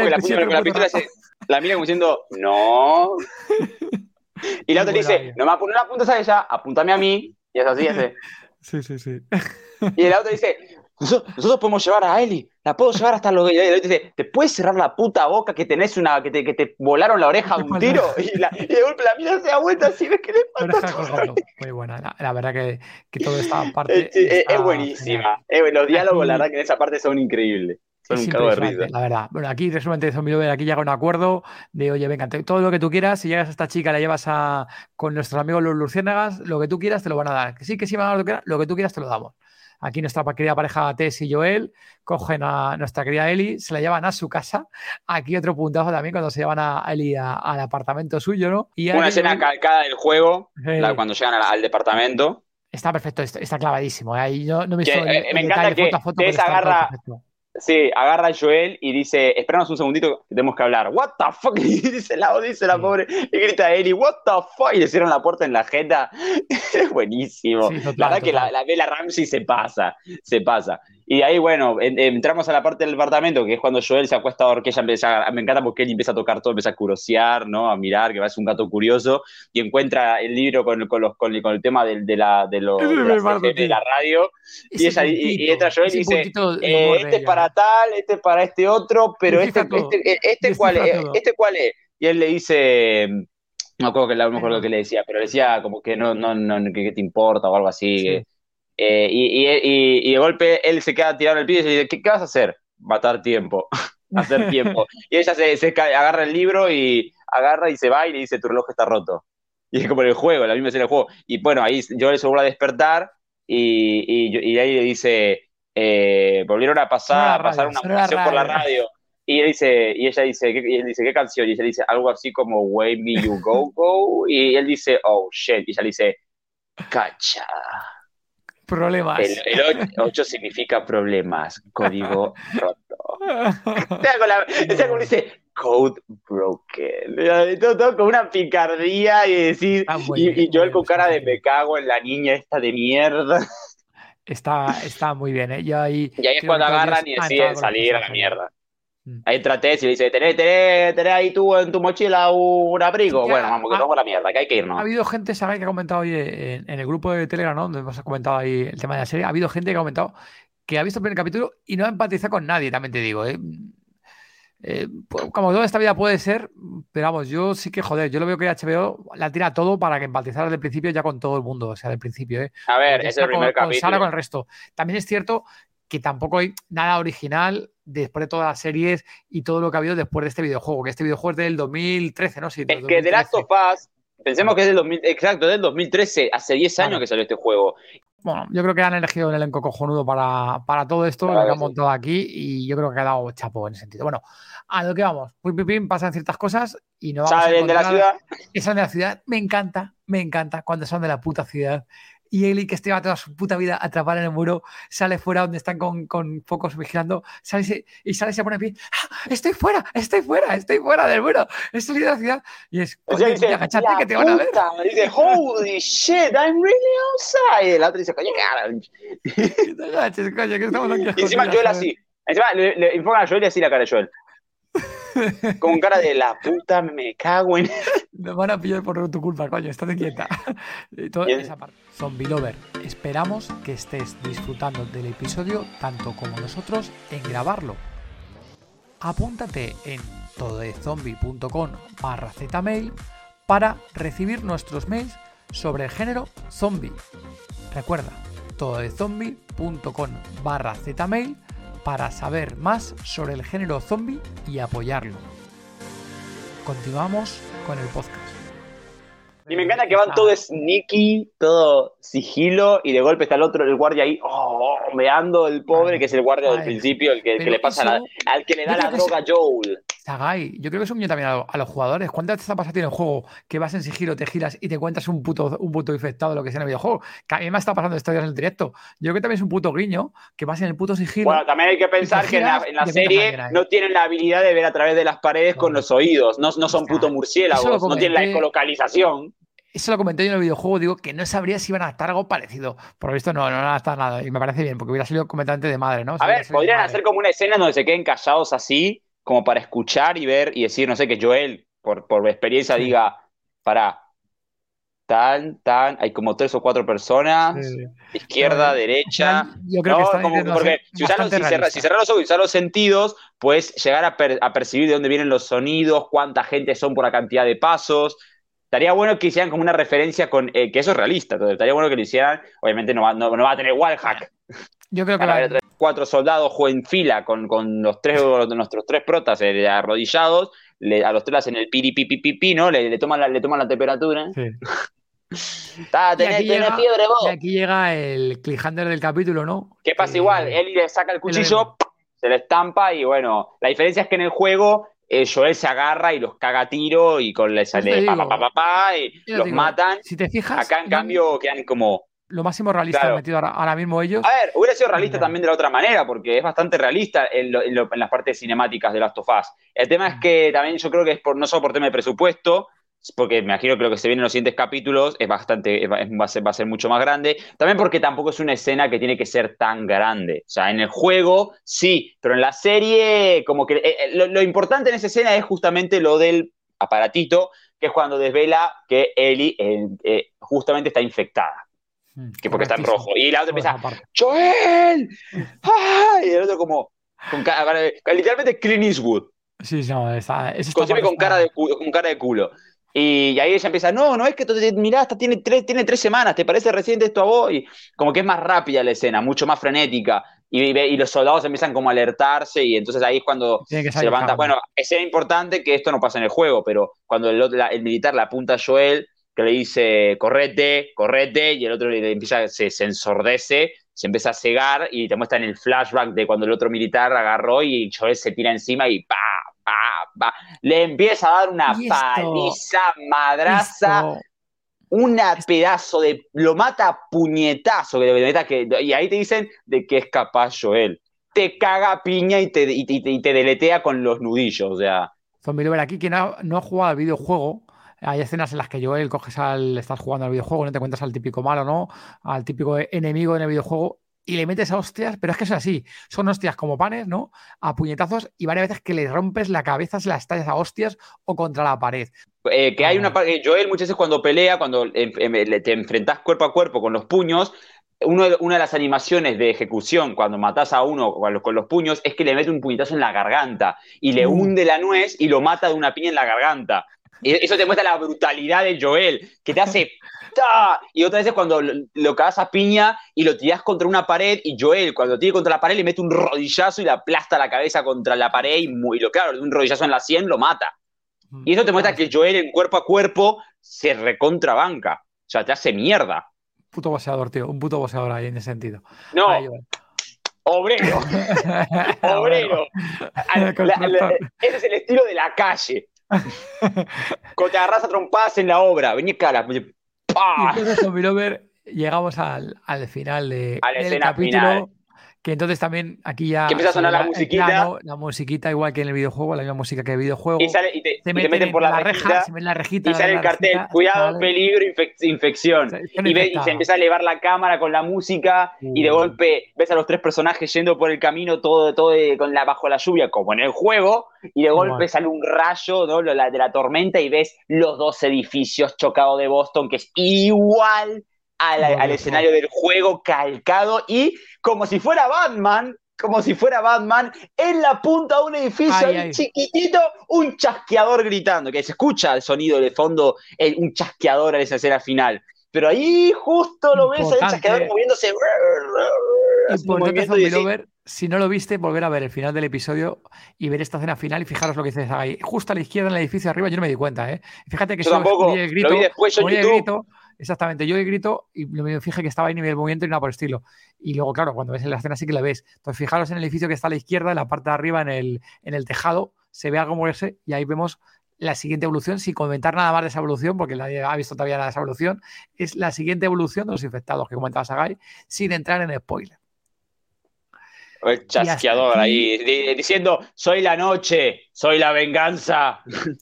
la mira como diciendo, no. Y la otra le dice, no la apuntas a ella, apúntame a mí, y es así, ese. Sí. Y la otra dice, nosotros podemos llevar a Ellie, la puedo llevar hasta los... Y él dice, ¿te puedes cerrar la puta boca que tenés que te volaron la oreja de un tiro? Y de golpe la mira, se da vuelta así, ves que le pasa. Muy buena, la verdad que toda esta parte es buenísima. Los diálogos, aquí, la verdad que en esa parte son increíbles. Son un cago de risa. La verdad. Bueno, aquí resumen de Zombie Lover, aquí llega un acuerdo de, oye, venga, todo lo que tú quieras, si llegas a esta chica, la llevas con nuestros amigos los luciérnagas, lo que tú quieras te lo van a dar. Que sí, van a dar lo que tú quieras te lo damos. Aquí nuestra querida pareja Tess y Joel cogen a nuestra querida Ellie, se la llevan a su casa. Aquí otro puntazo también cuando se llevan a Ellie al apartamento suyo, ¿no? Y una escena calcada del juego, cuando llegan al departamento. Está perfecto, está clavadísimo. Ahí yo no me hizo me encanta que Tess agarra a Joel y dice, esperanos un segundito que tenemos que hablar. What the fuck? Y dice la pobre, y grita a Ellie, what the fuck? Y le cierran la puerta en la jeta. Es buenísimo. Sí, la verdad que la Bella Ramsey se pasa. Y ahí, bueno, entramos a la parte del departamento, que es cuando Joel se acuesta a dormir, que ella me encanta porque él empieza a tocar todo, empieza a curiosear, ¿no? A mirar, que va a ser un gato curioso, y encuentra el libro con el tema de la radio, y entra Joel y dice, este es para tal, este es para este otro, pero este cuál es. Y él le dice, no me acuerdo lo que le decía, pero le decía como que no que te importa o algo así. Sí. Y de golpe él se queda tirado en el piso y dice, ¿qué vas a hacer? Matar tiempo. Hacer tiempo. Y ella se agarra el libro y agarra y se va y le dice, tu reloj está roto. Y es como en el juego, la misma escena del juego. Y bueno, ahí Joel se vuelve a despertar y ahí le dice, volvieron a pasar una canción por la radio. Y ella dice, ¿qué canción? Y ella dice algo así como Way Me You Go. Y él dice, oh shit. Y ella le dice, cacha. Problemas. El 8 significa problemas. Código roto. Como dice, code broken. Todo con una picardía y decir. Y Joel con cara de me cago en la niña esta de mierda. Está muy bien, ¿eh? Y ahí es cuando agarran y deciden salir a la mierda. Ahí entra Tess y le dice, ¿tenés ahí tú en tu mochila un abrigo? Sí, bueno, vamos, que vamos a la mierda, que hay que irnos. Ha habido gente, ¿sabes? Que ha comentado hoy en el grupo de Telegram, ¿no? Donde hemos comentado ahí el tema de la serie. Ha habido gente que ha comentado que ha visto el primer capítulo y no ha empatizado con nadie, también te digo, ¿eh? Como toda esta vida puede ser, pero vamos, yo sí que, joder, yo lo veo que HBO la tira todo para que empatizara desde el principio ya con todo el mundo, o sea, del principio, ¿eh? A ver, es el primer capítulo. Con Sara, con el resto. También es cierto que tampoco hay nada original después de todas las series y todo lo que ha habido después de este videojuego, que este videojuego es del 2013, ¿no? Sí, es que The Last of Us, pensemos que es del 2013, hace 10 años que salió este juego. Bueno, yo creo que han elegido un elenco cojonudo para todo esto, lo que han montado aquí, y yo creo que ha quedado chapo en ese sentido. Bueno, a lo que vamos, pasan ciertas cosas y no vamos ¿Salen de la ciudad? Que salen de la ciudad, me encanta cuando son de la puta ciudad. Y Ellie, que lleva toda su puta vida atrapada en el muro, sale fuera donde están con focos vigilando, sale y se pone a pie. ¡Ah, estoy fuera del muro! He salido de la ciudad. Y es, coño, agachate que te van a ver. Dice, holy shit, I'm really outside. Y el otro dice, coño, que te agaches, coño, que estamos aquí. Y encima Joel así. Encima le enfocan a Joel y así la cara de Joel. Con cara de la puta, me cago en... Me van a pillar por tu culpa, coño, estate quieta. Toda esa parte. Zombie Lover, esperamos que estés disfrutando del episodio tanto como nosotros en grabarlo. Apúntate en tododezombie.com/zmail para recibir nuestros mails sobre el género zombie. Recuerda, tododezombie.com/zmail para saber más sobre el género zombie y apoyarlo. Continuamos con el podcast. Y me encanta que van todo sneaky, todo sigilo, y de golpe está el guardia ahí, meando el pobre, que es el guardia del principio, el que le pasa al que le da la droga a Joel. Sagai, yo creo que es un guiño también a los jugadores. ¿Cuántas veces te ha pasado a ti en el juego que vas en sigilo, te giras y te encuentras un puto infectado, lo que sea en el videojuego? Que a mí me está pasando estos días en el directo. Yo creo que también es un puto guiño que vas en el puto sigilo. Bueno, también hay que pensar que en la serie no tienen la habilidad de ver a través de las paredes con los oídos. No son puto murciélagos, no tienen la ecolocalización. Eso lo comenté yo en el videojuego, digo que no sabría si iban a estar algo parecido. Por lo visto no van a estar nada. Y me parece bien, porque hubiera salido completamente de madre, ¿no? A ver, podrían hacer como una escena donde se queden callados así, como para escuchar y ver y decir, no sé, que Joel, por experiencia, diga, pará, hay como 3 o 4 personas, izquierda, derecha. Yo creo que están porque si cerrar los ojos y usar los sentidos, puedes llegar a percibir de dónde vienen los sonidos, cuánta gente son por la cantidad de pasos. Estaría bueno que hicieran como una referencia con que eso es realista. Entonces, estaría bueno que lo hicieran. Obviamente no va a tener wallhack. Yo creo que 4 soldados en fila con nuestros 3 protas arrodillados. A los 3 le hacen el piripipipipi, ¿no? Le toman la temperatura. Sí. Tenés fiebre vos. Y aquí llega el cliffhanger del capítulo, ¿no? ¿Qué pasa? Igual, Ellie le saca el cuchillo, se le estampa y bueno, la diferencia es que en el juego Joel se agarra y los caga a tiro y con le sale y los matan. Si te fijas, acá en cambio quedan como lo máximo realista han metido ahora mismo ellos. A ver, hubiera sido realista también de la otra manera, porque es bastante realista en las partes cinemáticas de Last of Us. El tema es que también yo creo que es no solo por tema de presupuesto, porque me imagino que lo que se viene en los siguientes capítulos va a ser mucho más grande, también porque tampoco es una escena que tiene que ser tan grande. O sea, en el juego sí, pero en la serie como que lo importante en esa escena es justamente lo del aparatito, que es cuando desvela que Ellie justamente está infectada. Que porque está en rojo. Y la otra empieza, ¡Joel! ¡Ah! Y el otro como, literalmente Clint Eastwood. Sí, no, con cara de culo. Y ahí ella empieza, no es que mirá, tiene 3 semanas, ¿te parece reciente esto a vos? Y como que es más rápida la escena, mucho más frenética. Y los soldados empiezan como a alertarse y entonces ahí es cuando se levanta. Bueno, es importante que esto no pasa en el juego, pero cuando el militar le apunta a Joel, que le dice, correte, y el otro le empieza, se ensordece, se empieza a cegar y te muestran el flashback de cuando el otro militar agarró y Joel se tira encima y le empieza a dar una paliza, madraza, una pedazo de... Lo mata a puñetazo, y ahí te dicen de que es capaz Joel. Te caga a piña y te deletea con los nudillos, o sea... Zombie Lover, aquí quien no ha jugado al videojuego... Hay escenas en las que Joel estás jugando al videojuego, no te encuentras al típico malo, ¿no? Al típico enemigo en el videojuego y le metes a hostias, pero es que es así, son hostias como panes, ¿no? A puñetazos y varias veces que le rompes la cabeza, se la estallas a hostias o contra la pared. Hay una parte, Joel muchas veces cuando pelea, cuando te enfrentás cuerpo a cuerpo con los puños, una de las animaciones de ejecución cuando matás a uno con los puños es que le mete un puñetazo en la garganta y le hunde la nuez y lo mata de una piña en la garganta. Eso te muestra la brutalidad de Joel, que te hace... Y otras veces cuando lo cagas a piña y lo tirás contra una pared y Joel cuando lo tira contra la pared le mete un rodillazo y le aplasta la cabeza contra la pared y un rodillazo en la 100 lo mata. Y eso te muestra que Joel en cuerpo a cuerpo se recontrabanca. O sea, te hace mierda. Puto boxeador, tío. Un puto boxeador ahí en ese sentido. No. Obrero. Obrero. Ese es el estilo de la calle. Cuando te agarras a trompadas en la obra, vení cara. Y entonces, Zombie Lover, llegamos al final del capítulo. Final. Que entonces también aquí ya... Que empieza a sonar la musiquita. La musiquita igual que en el videojuego, la misma música que en el videojuego. Y te meten por la reja, se mete la rejita. Y sale el cartel, cuidado, peligro, infección. Y se empieza a elevar la cámara con la música y de golpe ves a los 3 personajes yendo por el camino todo bajo la lluvia, como en el juego, y de golpe sale un rayo, ¿no? de la tormenta y ves los 2 edificios chocados de Boston, que es igual al escenario del juego, calcado, y como si fuera Batman, en la punta de un edificio chiquitito, un chasqueador gritando, que se escucha el sonido de fondo, un chasqueador en esa escena final. Pero ahí justo lo ves, el chasqueador moviéndose. Importante, Zombie Lover, si no lo viste, volver a ver el final del episodio y ver esta escena final y fijaros lo que dices ahí. Justo a la izquierda en el edificio arriba, yo no me di cuenta, ¿eh? Fíjate que Yo yo tampoco, oí el grito, lo vi después yo en oí el YouTube. grito, exactamente, yo oí el grito y me fijé que estaba ahí nivel movimiento y nada por el estilo. Y luego, claro, cuando ves en la escena sí que la ves. Entonces, fijaros en el edificio que está a la izquierda, en la parte de arriba, en el tejado, se ve algo moverse y ahí vemos la siguiente evolución, sin comentar nada más de esa evolución, porque nadie ha visto todavía nada de esa evolución, es la siguiente evolución de los infectados que comentaba Sagai, sin entrar en spoiler. El chasqueador ahí diciendo: soy la noche, soy la venganza,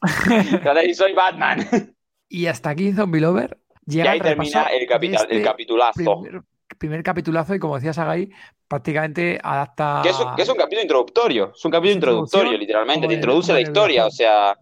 soy Batman. Y hasta aquí Zombie Lover llega y ahí el repaso termina el capitulazo. Primer capitulazo, y como decía Sagai, prácticamente adapta. Que es un capítulo introductorio. Es un capítulo introductorio, literalmente. Te introduce la historia, o sea.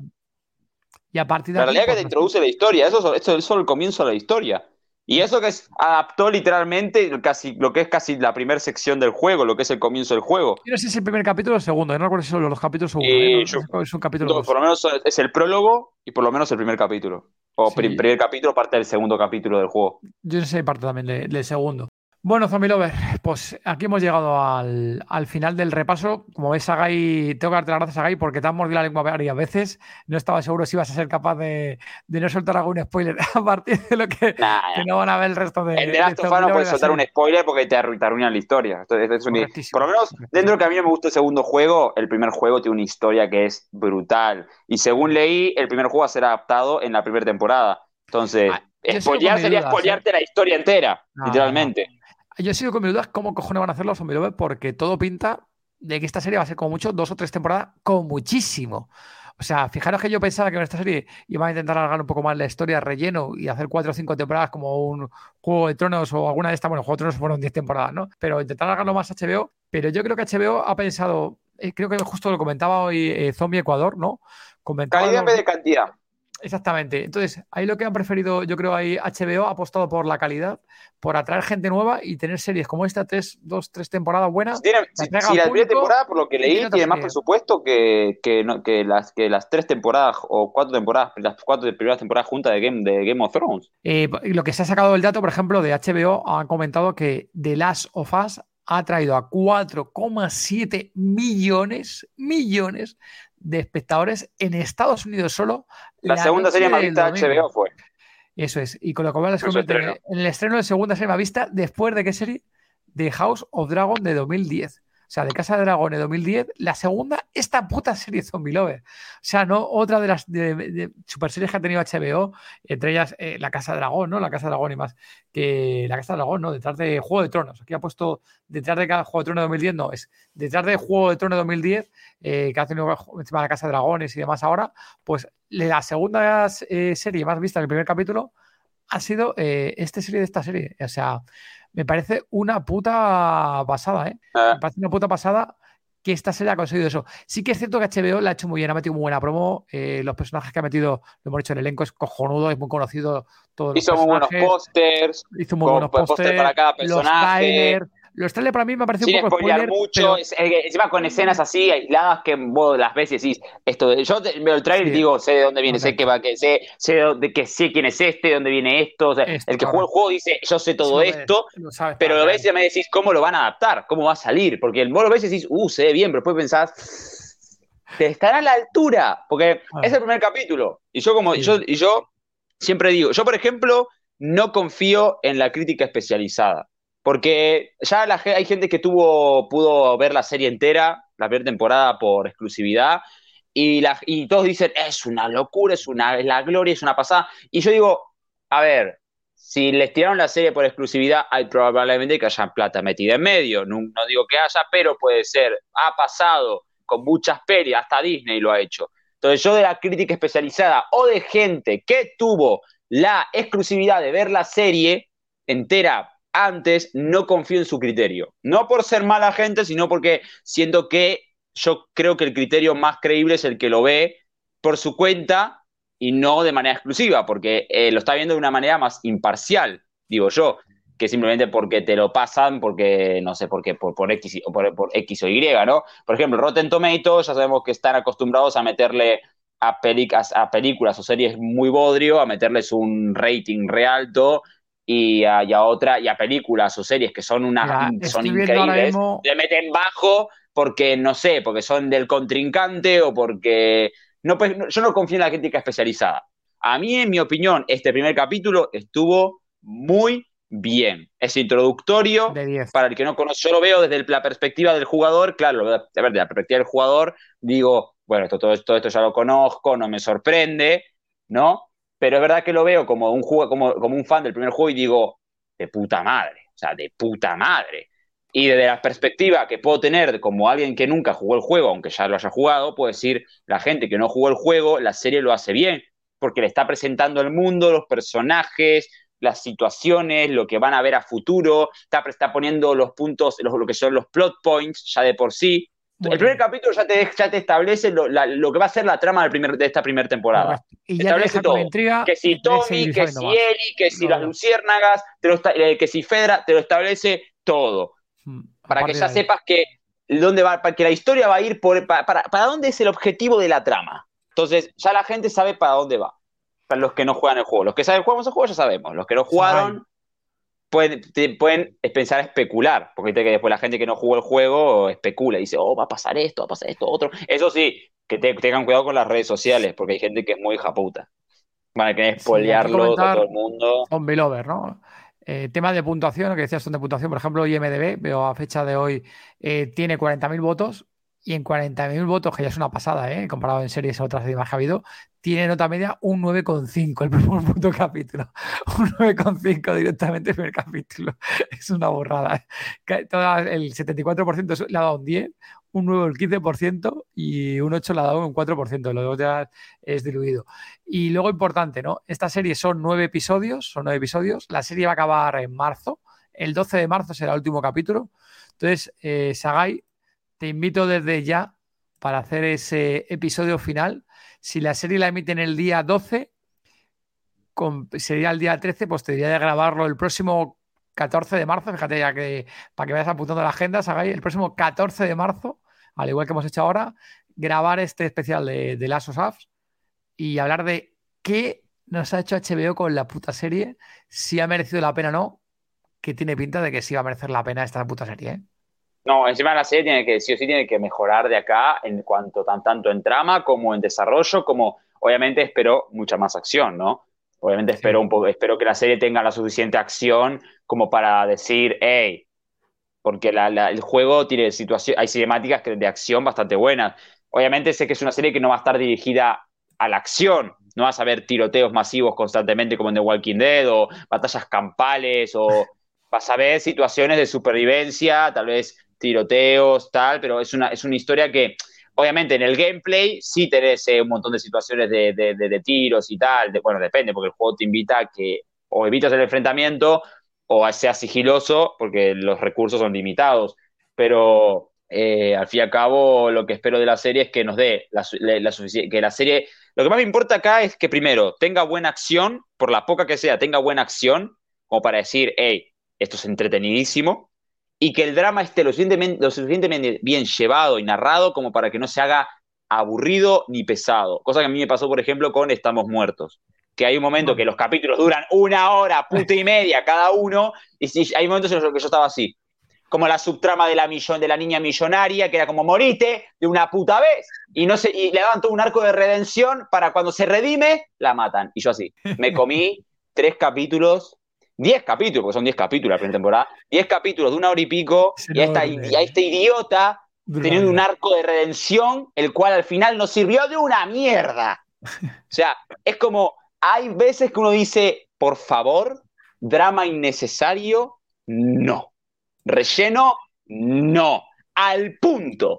Y a partir de La aquí, realidad es que te introduce la historia. Eso es solo el comienzo de la historia. Y eso que adaptó literalmente lo que es casi la primera sección del juego, lo que es el comienzo del juego. Yo no sé si es el primer capítulo o el segundo, no recuerdo si son los capítulos o uno, es un capítulo dos. Por lo menos es el prólogo y por lo menos el primer capítulo. O sí. Primer capítulo, parte del segundo capítulo del juego. Yo no sé, parte también del segundo. Bueno, Zombie Lover, pues aquí hemos llegado al final del repaso. Como ves, Sagai, tengo que darte las gracias, Sagai, porque te has mordido la lengua varias veces. No estaba seguro si ibas a ser capaz de no soltar algún spoiler a partir de lo que no van a ver el resto de... En The Last of Us no puedes soltar un spoiler porque te arruina la historia. Entonces, por lo menos, dentro de que a mí no me gustó el segundo juego, el primer juego tiene una historia que es brutal. Y según leí, el primer juego va a ser adaptado en la primera temporada. Entonces, spoilear sería spoilearte la historia entera, literalmente. Yo sigo con mis dudas cómo cojones van a hacer los Zombie Lover, porque todo pinta de que esta serie va a ser como mucho 2 o 3 temporadas, con muchísimo. O sea, fijaros que yo pensaba que en esta serie iban a intentar alargar un poco más la historia, relleno, y hacer 4 o 5 temporadas como un Juego de Tronos o alguna de estas. Bueno, Juego de Tronos fueron 10 temporadas, ¿no? Pero intentar alargarlo más HBO. Pero yo creo que HBO ha pensado, creo que justo lo comentaba hoy Zombie Ecuador, ¿no? Calidad en vez de cantidad. Exactamente. Entonces, ahí lo que han preferido, yo creo, ahí HBO ha apostado por la calidad, por atraer gente nueva y tener series como esta, 2, 3 temporadas buenas. Si la primera temporada, por lo que leí, tiene más presupuesto que las 3 temporadas o 4 temporadas, las 4 primeras temporadas juntas de Game of Thrones. Lo que se ha sacado del dato, por ejemplo, de HBO, han comentado que The Last of Us ha traído a 4,7 millones de espectadores en Estados Unidos solo. La segunda serie más vista de HBO fue. Eso es. Y con lo cual les convierte en el estreno de segunda serie más vista después de qué serie? De House of Dragon de 2010. O sea, de Casa de Dragón de 2010, la segunda, esta puta serie Zombie Lover. O sea, no otra de las de super series que ha tenido HBO, entre ellas La Casa de Dragón, ¿no? La Casa de Dragón y más. Que La Casa de Dragón, ¿no? Detrás de Juego de Tronos. Aquí ha puesto detrás de cada Juego de Tronos de 2010, no, es detrás de Juego de Tronos de 2010, que ha tenido encima de La Casa de Dragones y demás ahora, pues la segunda serie más vista en el primer capítulo ha sido esta serie de esta serie. O sea, me parece una puta pasada, ¿eh? Me parece una puta pasada que esta serie ha conseguido eso. Sí que es cierto que HBO la ha hecho muy bien, ha metido muy buena promo. Los personajes que ha metido, lo hemos dicho, el elenco es cojonudo, es muy conocido. Hizo muy buenos pósters. Hizo muy buenos pósters para cada personaje. Los trailers para mí me parece sin un poco spoilear mucho, pero... encima con escenas así aisladas que vos las ves y decís, yo veo el trailer y digo, sé de dónde viene, sé quién es este, de dónde viene esto. O sea, el que juega el juego dice, yo sé todo esto, pero lo ves y me decís, ¿cómo lo van a adaptar? ¿Cómo va a salir? Porque vos lo ves y decís, se ve bien, pero después pensás, ¿te estará a la altura? Porque es el primer capítulo. Y yo siempre digo, yo por ejemplo, no confío en la crítica especializada. Porque ya hay gente que pudo ver la serie entera, la primera temporada por exclusividad, y todos dicen, es una locura, es la gloria, es una pasada. Y yo digo, a ver, si les tiraron la serie por exclusividad, hay probablemente que haya plata metida en medio. No digo que haya, pero puede ser. Ha pasado con muchas pelis, hasta Disney lo ha hecho. Entonces yo de la crítica especializada o de gente que tuvo la exclusividad de ver la serie entera antes, no confío en su criterio. No por ser mala gente, sino porque siento que yo creo que el criterio más creíble es el que lo ve por su cuenta y no de manera exclusiva, porque lo está viendo de una manera más imparcial, digo yo, que simplemente porque te lo pasan, porque no sé, por X por X o Y, ¿no? Por ejemplo, Rotten Tomatoes, ya sabemos que están acostumbrados a meterle a películas o series muy bodrio, a meterles un rating re alto, y a películas o series que son Estoy viendo ahora increíbles, mismo... le meten bajo porque, no sé, porque son del contrincante o porque... No, pues, yo no confío en la crítica especializada. A mí, en mi opinión, este primer capítulo estuvo muy bien. Es introductorio. De 10. Para el que no conoce, yo lo veo desde la perspectiva del jugador. Claro, a ver, desde la perspectiva del jugador, digo, bueno, todo esto ya lo conozco, no me sorprende, ¿no? Pero es verdad que lo veo como un fan del primer juego y digo, de puta madre, o sea, de puta madre. Y desde la perspectiva que puedo tener como alguien que nunca jugó el juego, aunque ya lo haya jugado, puedo decir, la gente que no jugó el juego, la serie lo hace bien, porque le está presentando el mundo, los personajes, las situaciones, lo que van a ver a futuro, está poniendo los puntos, lo que son los plot points ya de por sí. El primer capítulo ya te establece lo que va a ser la trama de esta primera temporada. Correcto. Y ya establece te deja con todo. intriga Que si Tommy, que si Ellie, que si las luciérnagas, que si Fedra, te lo establece todo. Para que ya sepas que dónde va, para que la historia va a ir para dónde es el objetivo de la trama. Entonces, ya la gente sabe para dónde va. Para los que no juegan el juego. Los que saben jugamos el juego ya sabemos. Los que no jugaron pueden pensar a especular. Porque que después la gente que no jugó el juego especula y dice, oh, va a pasar esto, otro. Eso sí, que tengan cuidado con las redes sociales, porque hay gente que es muy hija puta. Van a querer spoilearlos a todo el mundo. Zombie Lover, ¿no? Tema de puntuación, que decías son de puntuación, por ejemplo, IMDb, veo a fecha de hoy, tiene 40.000 votos y en 40.000 votos, que ya es una pasada, comparado en series a otras demás que ha habido, tiene nota media un 9,5 el primer puto capítulo. Un 9,5 directamente el primer capítulo. Es una borrada. El 74% le ha dado un 10, un 9 el 15% y un 8 le ha dado un 4%. Lo demás ya es diluido. Y luego importante, ¿no? Esta serie son 9 episodios. La serie va a acabar en marzo. El 12 de marzo será el último capítulo. Entonces, Sagai, te invito desde ya para hacer ese episodio final. Si la serie la emiten el día 12, sería el día 13, pues te diría de grabarlo el próximo 14 de marzo. Fíjate ya que para que vayas apuntando la agenda, Sagai, el próximo 14 de marzo, al igual que hemos hecho ahora, grabar este especial de Last of Us y hablar de qué nos ha hecho HBO con la puta serie, si ha merecido la pena o no, que tiene pinta de que sí va a merecer la pena esta puta serie, ¿eh? No, encima la serie sí o sí tiene que mejorar de acá en cuanto tanto en trama como en desarrollo, como obviamente espero mucha más acción, ¿no? Obviamente espero que la serie tenga la suficiente acción como para decir, hey, porque el juego tiene hay cinemáticas de acción bastante buenas. Obviamente sé que es una serie que no va a estar dirigida a la acción, no vas a ver tiroteos masivos constantemente como en The Walking Dead o batallas campales o vas a ver situaciones de supervivencia, tal vez tiroteos, tal, pero es una historia que, obviamente, en el gameplay sí tenés un montón de situaciones de tiros y tal. Bueno, depende, porque el juego te invita a que o evitas el enfrentamiento o seas sigiloso, porque los recursos son limitados. Pero, al fin y al cabo, lo que espero de la serie es que nos dé que la serie... Lo que más me importa acá es que, primero, tenga buena acción, por la poca que sea, tenga buena acción, como para decir, hey, esto es entretenidísimo, y que el drama esté lo suficientemente bien llevado y narrado como para que no se haga aburrido ni pesado. Cosa que a mí me pasó, por ejemplo, con Estamos Muertos. Que hay un momento que los capítulos duran 1 hora, puta y media cada uno, y hay momentos en los que yo estaba así. Como la subtrama de la niña millonaria, que era como morite de una puta vez, y le daban todo un arco de redención para cuando se redime, la matan. Y yo así, me comí 10 capítulos, porque son 10 capítulos la primera temporada, 10 capítulos de 1 hora y pico, y a este idiota teniendo un arco de redención, el cual al final no sirvió de una mierda. O sea, es como, hay veces que uno dice, por favor, drama innecesario, no. Relleno, no. Al punto.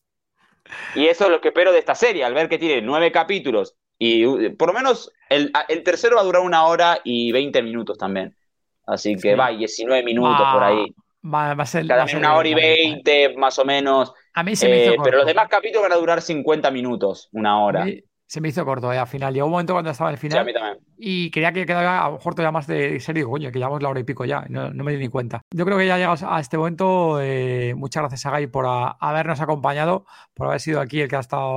Y eso es lo que espero de esta serie, al ver que tiene 9 capítulos, y por lo menos el tercero va a durar 1 hora y 20 minutos también. Así que 19 minutos por ahí. Va a ser 1 hora y 20, más o menos. A mí se me hizo corto. Pero los demás capítulos van a durar 50 minutos, 1 hora. Se me hizo corto, al final. Llegó un momento cuando estaba en el final. Sí, a mí también. Y quería que quedara a lo mejor todavía más de serie. Coño, que llevamos la hora y pico ya. No me di ni cuenta. Yo creo que ya llegamos a este momento. Muchas gracias, Sagai, por habernos acompañado, por haber sido aquí el que ha estado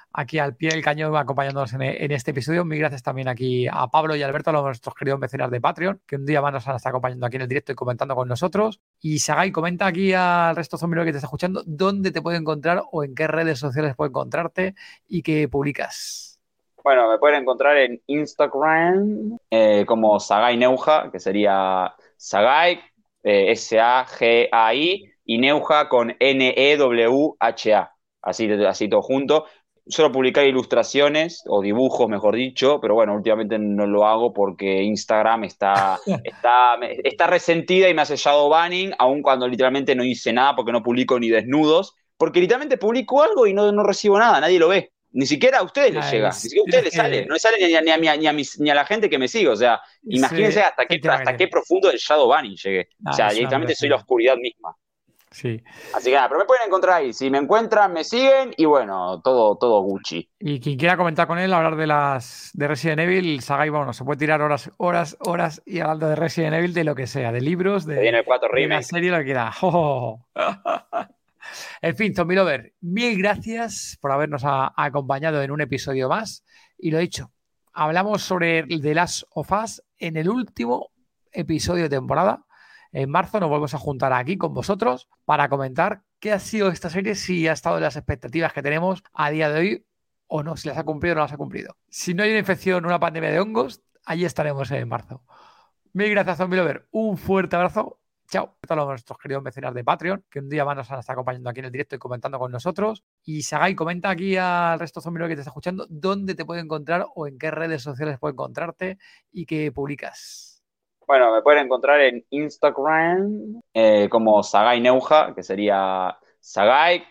aquí al pie del cañón acompañándonos en este episodio. Mil gracias también aquí a Pablo y a Alberto, a nuestros queridos mecenas de Patreon, que un día más nos han estado acompañando aquí en el directo y comentando con nosotros. Y Sagai, comenta aquí al resto de zombies que te está escuchando dónde te puede encontrar o en qué redes sociales puede encontrarte y qué publicas. Bueno, me pueden encontrar en Instagram como Sagai Neuja, que sería Sagai, Sagai, y Neuja con Newha, así todo junto. Suelo publicar ilustraciones o dibujos, mejor dicho, pero bueno, últimamente no lo hago porque Instagram está resentida y me hace shadow banning, aun cuando literalmente no hice nada porque no publico ni desnudos, porque literalmente publico algo y no recibo nada, nadie lo ve. Ni siquiera a ustedes les llega, ni siquiera a ustedes les sale, no les sale ni a la gente que me sigue, o sea, imagínense hasta qué profundo el shadow banning llegué. O sea, literalmente soy la oscuridad misma. Sí. Así que nada, pero me pueden encontrar ahí. Si me encuentran, me siguen y bueno, todo Gucci. Y quien quiera comentar con él, hablar de Resident Evil, Sagai, bueno, se puede tirar horas y hablando de Resident Evil, de lo que sea, de libros, de viene el 4 de remake. la serie, lo que quiera. Oh. En fin, Zombie Lover, mil gracias por habernos acompañado en un episodio más. Y lo dicho, hablamos sobre The Last of Us en el último episodio de temporada. En marzo nos volvemos a juntar aquí con vosotros para comentar qué ha sido esta serie, si ha estado en las expectativas que tenemos a día de hoy o no, si las ha cumplido o no las ha cumplido. Si no hay una infección, una pandemia de hongos, allí estaremos en marzo. Mil gracias, Zombie Lover. Un fuerte abrazo. Chao. A todos nuestros queridos mecenas de Patreon, que un día más nos han estado acompañando aquí en el directo y comentando con nosotros. Y Sagai, comenta aquí al resto de Zombie Lover que te está escuchando dónde te puede encontrar o en qué redes sociales puede encontrarte y qué publicas. Bueno, me pueden encontrar en Instagram como Sagai Neuja, que sería Sagai,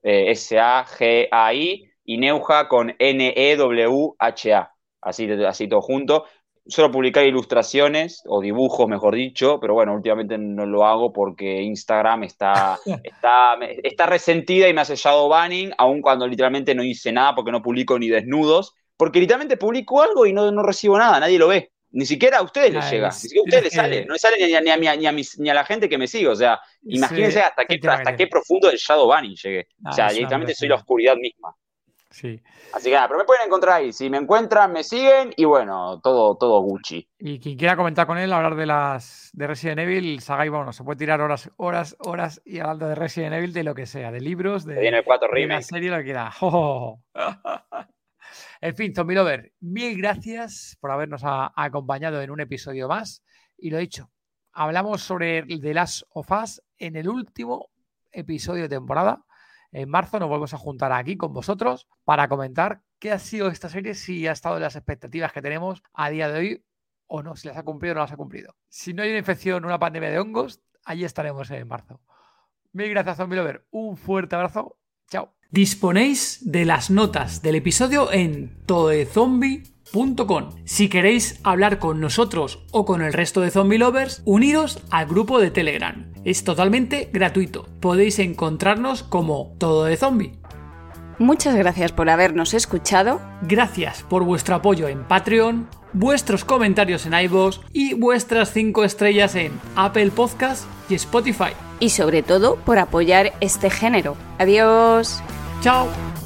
Sagai, y Neuja con Newha, así todo junto. Suelo publicar ilustraciones o dibujos, mejor dicho, pero bueno, últimamente no lo hago porque Instagram está resentida y me hace shadow banning, aun cuando literalmente no hice nada porque no publico ni desnudos, porque literalmente publico algo y no recibo nada, nadie lo ve. Ni siquiera a ustedes les llega, ni siquiera a ustedes les sale, no les sale ni a la gente que me sigue, o sea, imagínense hasta qué profundo el shadow banning llegué. O sea, literalmente soy la oscuridad misma. Sí. Así que nada, pero me pueden encontrar ahí. Si me encuentran, me siguen y bueno, todo Gucci. Y quien quiera comentar con él, hablar de Resident Evil, Sagai, bueno, se puede tirar horas y hablando de Resident Evil, de lo que sea, de libros, viene el 4 de remake. la serie, lo que quiera. Oh. En fin, Zombie Lover, mil gracias por habernos acompañado en un episodio más. Y lo dicho, hablamos sobre The Last of Us en el último episodio de temporada. En marzo nos volvemos a juntar aquí con vosotros para comentar qué ha sido esta serie, si ha estado en las expectativas que tenemos a día de hoy o no, si las ha cumplido o no las ha cumplido. Si no hay una infección, una pandemia de hongos, allí estaremos en marzo. Mil gracias, Zombie Lover. Un fuerte abrazo. Chao. Disponéis de las notas del episodio en tododezombie.com. Si queréis hablar con nosotros o con el resto de Zombie Lovers, uniros al grupo de Telegram. Es totalmente gratuito. Podéis encontrarnos como Todo de Zombie. Muchas gracias por habernos escuchado. Gracias por vuestro apoyo en Patreon, vuestros comentarios en iVoox y vuestras 5 estrellas en Apple Podcast y Spotify. Y sobre todo por apoyar este género. Adiós. Chao.